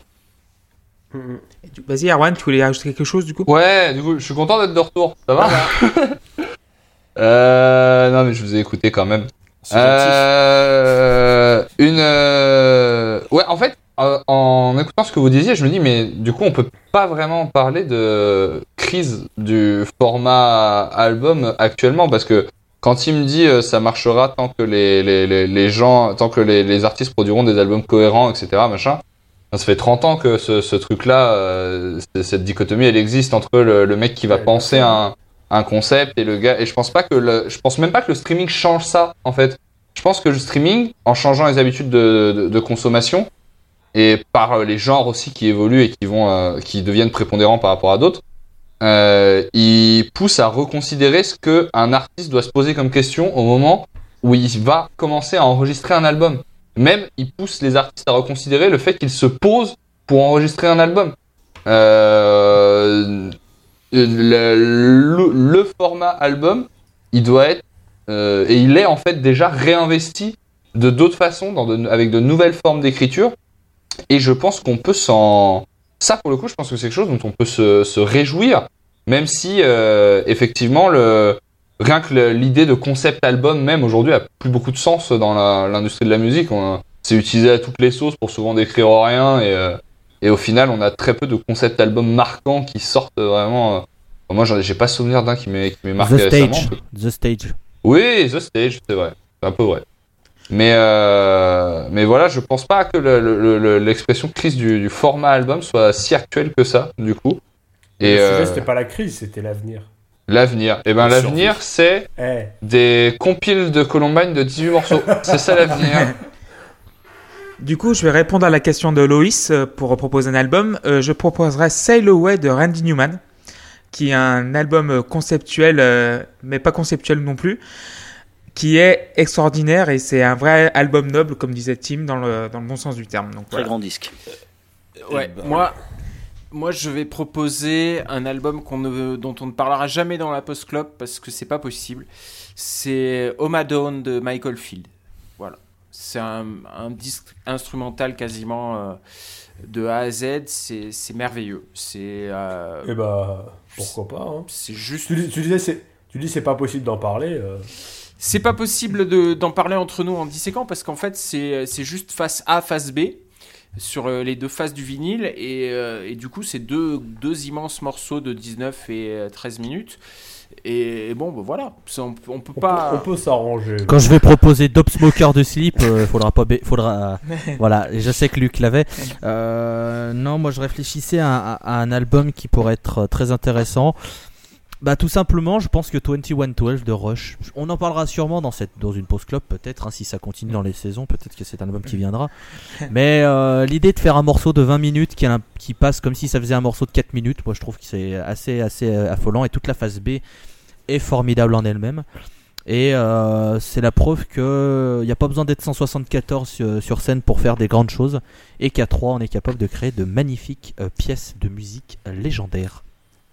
Vas-y, Erwan, tu voulais ajouter quelque chose du coup ? Ouais, du coup, je suis content d'être de retour. Ça va euh, Non, mais je vous ai écouté quand même. Euh, une. Euh... Ouais, en fait, euh, en écoutant ce que vous disiez, je me dis, mais du coup, on peut pas vraiment parler de crise du format album actuellement, parce que quand il me dit euh, ça marchera tant que les les les, les gens, tant que les les artistes produiront des albums cohérents, et cetera, machin. Ça fait trente ans que ce, ce truc-là, euh, cette dichotomie, elle existe entre le, le mec qui va ouais, penser un, un concept et le gars. Et je pense pas que le, je pense même pas que le streaming change ça, en fait. Je pense que le streaming, en changeant les habitudes de, de, de consommation et par les genres aussi qui évoluent et qui vont, euh, qui deviennent prépondérants par rapport à d'autres, euh, il pousse à reconsidérer ce que un artiste doit se poser comme question au moment où il va commencer à enregistrer un album. Même, il pousse les artistes à reconsidérer le fait qu'ils se posent pour enregistrer un album. Euh, le, le, le format album, il doit être, euh, et il est en fait déjà réinvesti de d'autres façons, dans de, avec de nouvelles formes d'écriture. Et je pense qu'on peut s'en... Ça, pour le coup, je pense que c'est quelque chose dont on peut se, se réjouir, même si, euh, effectivement, le... rien que le, l'idée de concept album même aujourd'hui a plus beaucoup de sens dans la, l'industrie de la musique. On, c'est utilisé à toutes les sauces pour souvent décrire rien et, euh, et au final on a très peu de concept albums marquants qui sortent vraiment. Euh, moi j'en, j'ai pas souvenir d'un qui m'est, qui m'est marqué The récemment. Stage. The Stage. Oui, The Stage, c'est vrai, c'est un peu vrai. Mais euh, mais voilà, je pense pas que le, le, le, l'expression crise du, du format album soit si actuelle que ça du coup. Et le euh, sujet c'était pas la crise, c'était l'avenir. L'avenir. Eh ben, l'avenir, c'est hey. des compiles de Columbine de dix-huit morceaux. C'est ça l'avenir. Du coup, je vais répondre à la question de Loïs pour proposer un album. Euh, je proposerai Sail Away de Randy Newman, qui est un album conceptuel, euh, mais pas conceptuel non plus, qui est extraordinaire et c'est un vrai album noble, comme disait Tim, dans le, dans le bon sens du terme. Donc, Très voilà. grand disque. Ouais, ben... moi... Moi, je vais proposer un album qu'on ne, dont on ne parlera jamais dans la post-clop parce que c'est pas possible. C'est Omadone de Michael Field. Voilà. C'est un, un disque instrumental quasiment euh, de A à Z. C'est, c'est merveilleux. C'est. Euh, Eh bah, pourquoi pas. Hein. C'est juste. Tu, tu disais, c'est, tu dis, c'est pas possible d'en parler. Euh... C'est pas possible de, d'en parler entre nous en disséquant parce qu'en fait, c'est, c'est juste face A, face B. Sur les deux faces du vinyle et, euh, et du coup c'est deux, deux immenses morceaux de dix-neuf et treize minutes et, et bon bah voilà ça, on, on peut on pas peut, on peut s'arranger. Quand je vais proposer Dope Smoker de Sleep euh, faudra pas ba- faudra euh, voilà je sais que Luc l'avait euh, non moi je réfléchissais à, à, à un album qui pourrait être très intéressant. Bah tout simplement, je pense que vingt et un douze de Rush, on en parlera sûrement dans cette dans une pause club peut-être hein, si ça continue dans les saisons, peut-être que c'est un album qui viendra. Mais euh, l'idée de faire un morceau de vingt minutes qui, a, qui passe comme si ça faisait un morceau de quatre minutes, moi je trouve que c'est assez assez affolant et toute la phase B est formidable en elle-même. Et euh, c'est la preuve que il y a pas besoin d'être cent soixante-quatorze sur, sur scène pour faire des grandes choses et qu'à trois on est capable de créer de magnifiques euh, pièces de musique légendaires.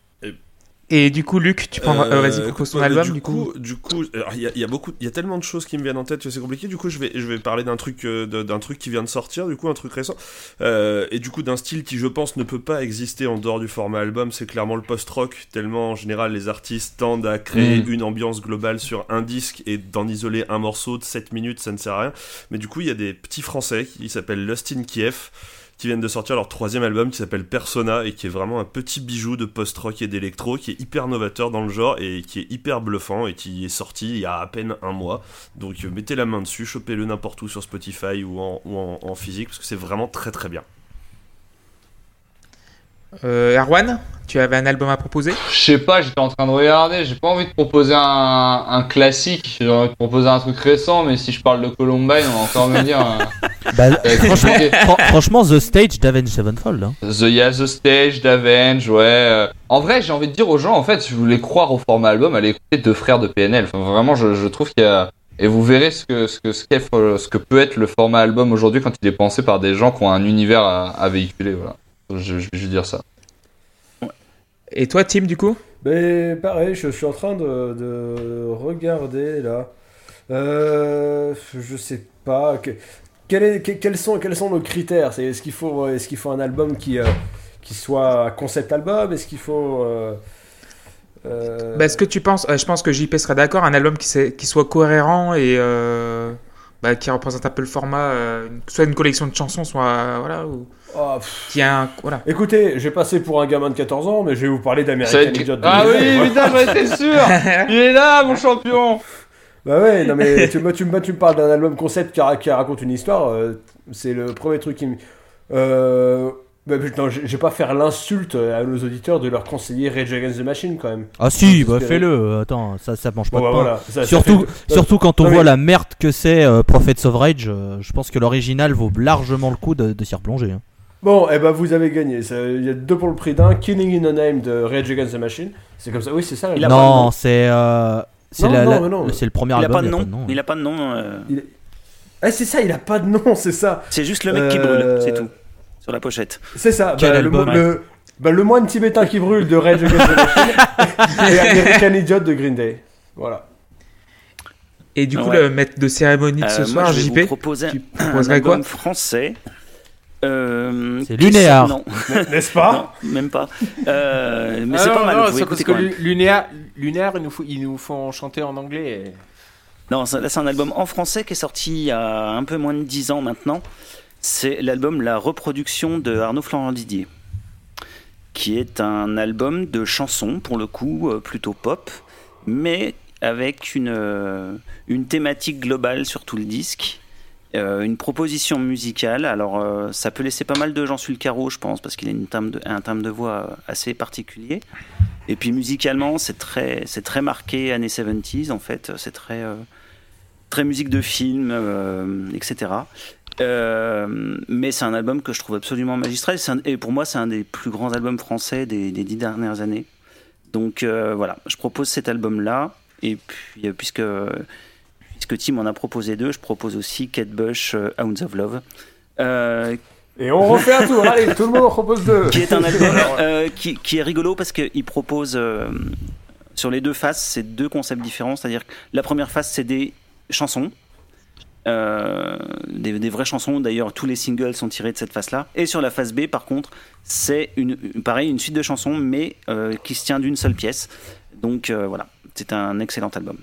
Et du coup, Luc, tu prends, euh, euh, vas-y, propose ton album. Du, du coup, coup, du coup, il y a, y a beaucoup, il y a tellement de choses qui me viennent en tête que c'est compliqué. Du coup, je vais, je vais parler d'un truc, euh, d'un truc qui vient de sortir, du coup, un truc récent, euh, et du coup d'un style qui, je pense, ne peut pas exister en dehors du format album. C'est clairement le post-rock. Tellement, en général, les artistes tendent à créer mmh. une ambiance globale sur un disque et d'en isoler un morceau de sept minutes, ça ne sert à rien. Mais du coup, il y a des petits Français qui s'appellent Lost in Kiev, qui viennent de sortir leur troisième album qui s'appelle Persona et qui est vraiment un petit bijou de post-rock et d'électro qui est hyper novateur dans le genre et qui est hyper bluffant et qui est sorti il y a à peine un mois. Donc euh, mettez la main dessus, chopez-le n'importe où sur Spotify ou en, ou en, en physique parce que c'est vraiment très très bien. Euh, Erwan, tu avais un album à proposer? Je sais pas, j'étais en train de regarder, j'ai pas envie de proposer un, un classique, j'ai envie de proposer un truc récent, mais si je parle de Columbine, on va encore me dire... Euh, Bah, franchement, fran- franchement, The Stage d'Avenged Sevenfold. Hein. The, yeah, The Stage d'Avenge, ouais. euh. En vrai, j'ai envie de dire aux gens, en fait, si vous voulez croire au format album, allez écouter Deux Frères de P N L. Enfin, vraiment, je, je trouve qu'il y a... Et vous verrez ce que, ce, que, ce, qu'est, ce que peut être le format album aujourd'hui quand il est pensé par des gens qui ont un univers à, à véhiculer, voilà. Je, je vais juste dire ça. Et toi, Tim, du coup? Mais pareil, je suis en train de, de regarder là. Euh, je sais pas. Que, quel est, que, quels, sont, quels sont nos critères? C'est, est-ce, qu'il faut, est-ce qu'il faut un album qui, euh, qui soit un concept album? Est-ce qu'il faut. Euh, euh... Bah, est-ce que tu penses. euh, je pense que J P sera d'accord, un album qui, qui soit cohérent et. Euh, bah, qui représente un peu le format. Euh, soit une collection de chansons, soit. Voilà. Ou... Oh, qui a un, voilà. Écoutez, j'ai passé pour un gamin de quatorze ans, mais je vais vous parler d'American être... Idiot. Ah de oui, voilà. putain, j'en étais sûr. Il est là, mon champion. Bah ouais, non mais tu, tu, tu me parles d'un album concept qui, qui raconte une histoire, euh, c'est le premier truc qui me... Euh, bah, non, je vais pas faire l'insulte à nos auditeurs de leur conseiller Rage Against the Machine quand même. Ah si, bah que... fais-le. Attends, ça, ça mange pas bon, de bah, pain. voilà, ça, surtout, ça fait... surtout quand on non, voit mais... la merde que c'est euh, Prophets of Rage, euh, je pense que l'original vaut largement le coup de, de s'y replonger. Hein. Bon, et eh ben vous avez gagné. Il y a deux pour le prix d'un. Killing in the Name de Rage Against the Machine. C'est comme ça. Oui, c'est ça. Il a non, c'est euh, c'est non, la, non, la, mais non. c'est le premier Il a album. pas de nom. Il a pas de nom. Il a pas de nom. euh, Il est... Ah, c'est ça. Il a pas de nom. C'est ça. C'est juste le mec qui Euh, brûle, c'est tout. Sur la pochette. C'est ça. Quel Bah, le, album, mo- le, bah, le moine tibétain qui brûle de Rage Against the Machine et American Idiot de Green Day. Voilà. Et du coup, Ouais. le maître de cérémonie de ce Euh, soir, moi, je vais J P, vous proposer tu un proposerais quoi? album français. Euh, C'est qui Lunéar. sort- Non, N'est-ce pas? non, même pas. Euh, mais Ah c'est non, pas mal. non, vous pouvez c'est parce écouter que quand même. Lu- Lunaire, Lunaire, ils nous, font, ils nous font chanter en anglais. Et... Non, ça- là c'est un album en français qui est sorti il y a un peu moins de dix ans maintenant. C'est l'album La Reproduction de Arnaud Florent Didier, qui est un album de chansons pour le coup euh, plutôt pop, mais avec une euh, une thématique globale sur tout le disque. Euh, une proposition musicale, alors euh, ça peut laisser pas mal de gens sur le carreau, je pense, parce qu'il a une timbre de, un timbre de voix assez particulier. Et puis musicalement, c'est très, c'est très marqué années soixante-dix en fait, c'est très, euh, très musique de film, euh, et cetera. Euh, mais c'est un album que je trouve absolument magistral, c'est un, et pour moi, c'est un des plus grands albums français des, des dix dernières années. Donc euh, voilà, je propose cet album-là, et puis euh, puisque. Puisque Tim en a proposé deux, je propose aussi Kate Bush, euh, Hounds of Love. Euh, Et on refait un tour. Allez, tout le monde en propose deux. qui est un album euh, qui, qui est rigolo parce qu'il propose euh, sur les deux faces, c'est deux concepts différents. C'est-à-dire que la première face, c'est des chansons, euh, des, des vraies chansons. D'ailleurs, tous les singles sont tirés de cette face-là. Et sur la face B, par contre, c'est une, pareil, une suite de chansons, mais euh, qui se tient d'une seule pièce. Donc euh, voilà, c'est un excellent album.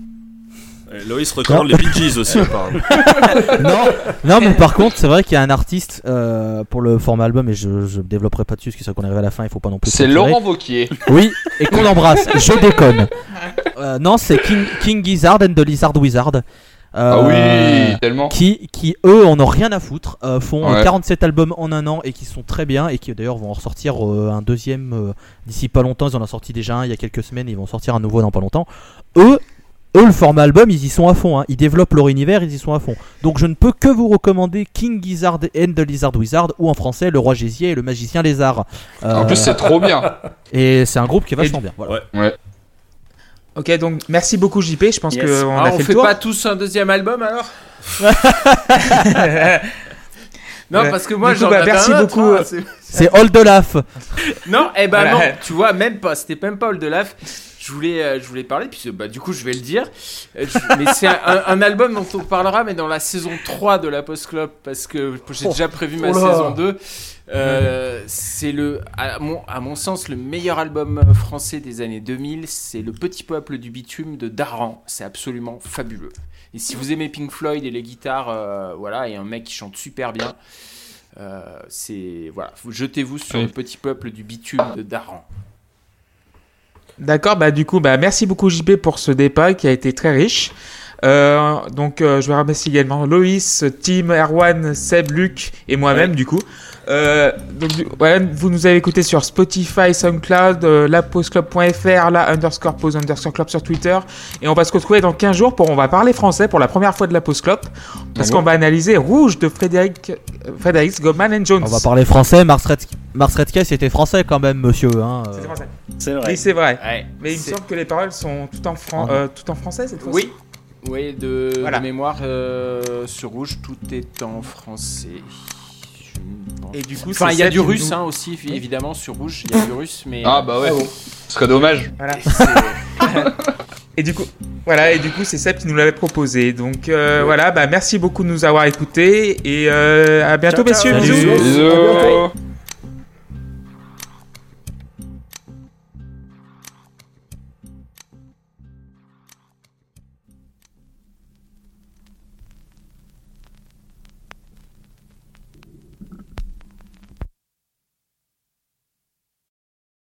Et Loïs recommande les Bee Gees aussi, apparemment. non, non, mais par contre, c'est vrai qu'il y a un artiste euh, pour le format album, et je ne développerai pas dessus, parce que c'est qu'on arrive à la fin, il faut pas non plus. C'est trop Laurent tirer. Wauquiez. Oui, et qu'on embrasse. Je déconne. Euh, non, c'est King, King Gizzard and the Lizard Wizard. Euh, Ah oui, tellement. Qui, qui eux en ont rien à foutre, euh, font Ouais. quarante-sept albums en un an et qui sont très bien et qui d'ailleurs vont en ressortir euh, un deuxième euh, d'ici pas longtemps. Ils en ont sorti déjà un il y a quelques semaines, ils vont sortir un nouveau dans pas longtemps. Eux, eux le format album, ils y sont à fond. Hein. Ils développent leur univers, ils y sont à fond. Donc je ne peux que vous recommander King Gizzard and the Lizard Wizard, ou en français Le Roi Gésier et le Magicien Lézard. Euh, En plus, c'est trop bien. et c'est un groupe qui est vachement Et- bien. Voilà. Ouais. Ouais. Ok, donc merci beaucoup J P, je pense Yes. qu'on Ah, a on fait fait le tour. pas tous un deuxième album alors? Non, Ouais. parce que moi Du coup, j'en bah, avais merci un autre, beaucoup. hein, c'est- C'est All the Laugh. Non, eh ben Voilà. non, tu vois, même pas, c'était même pas All the Laugh. Je voulais, euh, je voulais parler, puis bah, du coup je vais le dire. Euh, je- mais c'est un, un- un album dont on parlera, mais dans la saison trois de la Post Club, parce que j'ai Oh. déjà prévu ma Oh là. saison deux. Euh, c'est le, à mon, à mon sens, le meilleur album français des années deux mille. C'est Le Petit Peuple du Bitume de Daran. C'est absolument fabuleux. Et si vous aimez Pink Floyd et les guitares, euh, voilà, et un mec qui chante super bien. Euh, c'est voilà, vous jetez-vous sur Oui. le petit peuple du bitume de Daran. D'accord, bah du coup, bah merci beaucoup J P pour ce débat qui a été très riche. Euh, donc euh, je vais remercier également Loïs, Tim, Erwan, Seb, Luc et moi-même Ouais. du coup. Euh, donc du- voilà, vous nous avez écouté sur Spotify, SoundCloud, euh, la pause club point f r, la underscore pause underscore club sur Twitter, et on va se retrouver dans quinze jours pour on va parler français pour la première fois de la pause club parce Ah bon qu'on va analyser Rouge de Frédéric, euh, Frédéric Goldman and Jones. On va parler français. Mars Red, Mars Redkey, c'était français quand même, monsieur. Hein. euh. C'était français. C'est vrai. Oui, c'est vrai. Ouais, Mais il me c'est- semble que les paroles sont tout en, fran- Ah. euh, tout en français cette fois-ci. Oui, oui, de, Voilà. de mémoire euh, sur Rouge, tout est en français. Je ne pense Et du coup, Enfin, c'est il y a Seb du qui russe nous- hein, aussi, évidemment, sur Rouge, il y a du russe, mais. Ah bah ouais, ce serait dommage. Voilà. c'est- Et du coup, voilà, et du coup, c'est Seb qui nous l'avait proposé. Donc euh, voilà, bah merci beaucoup de nous avoir écoutés et euh, à bientôt, Ciao, ciao. messieurs. Salut. Bisous. Bisous. Ouais.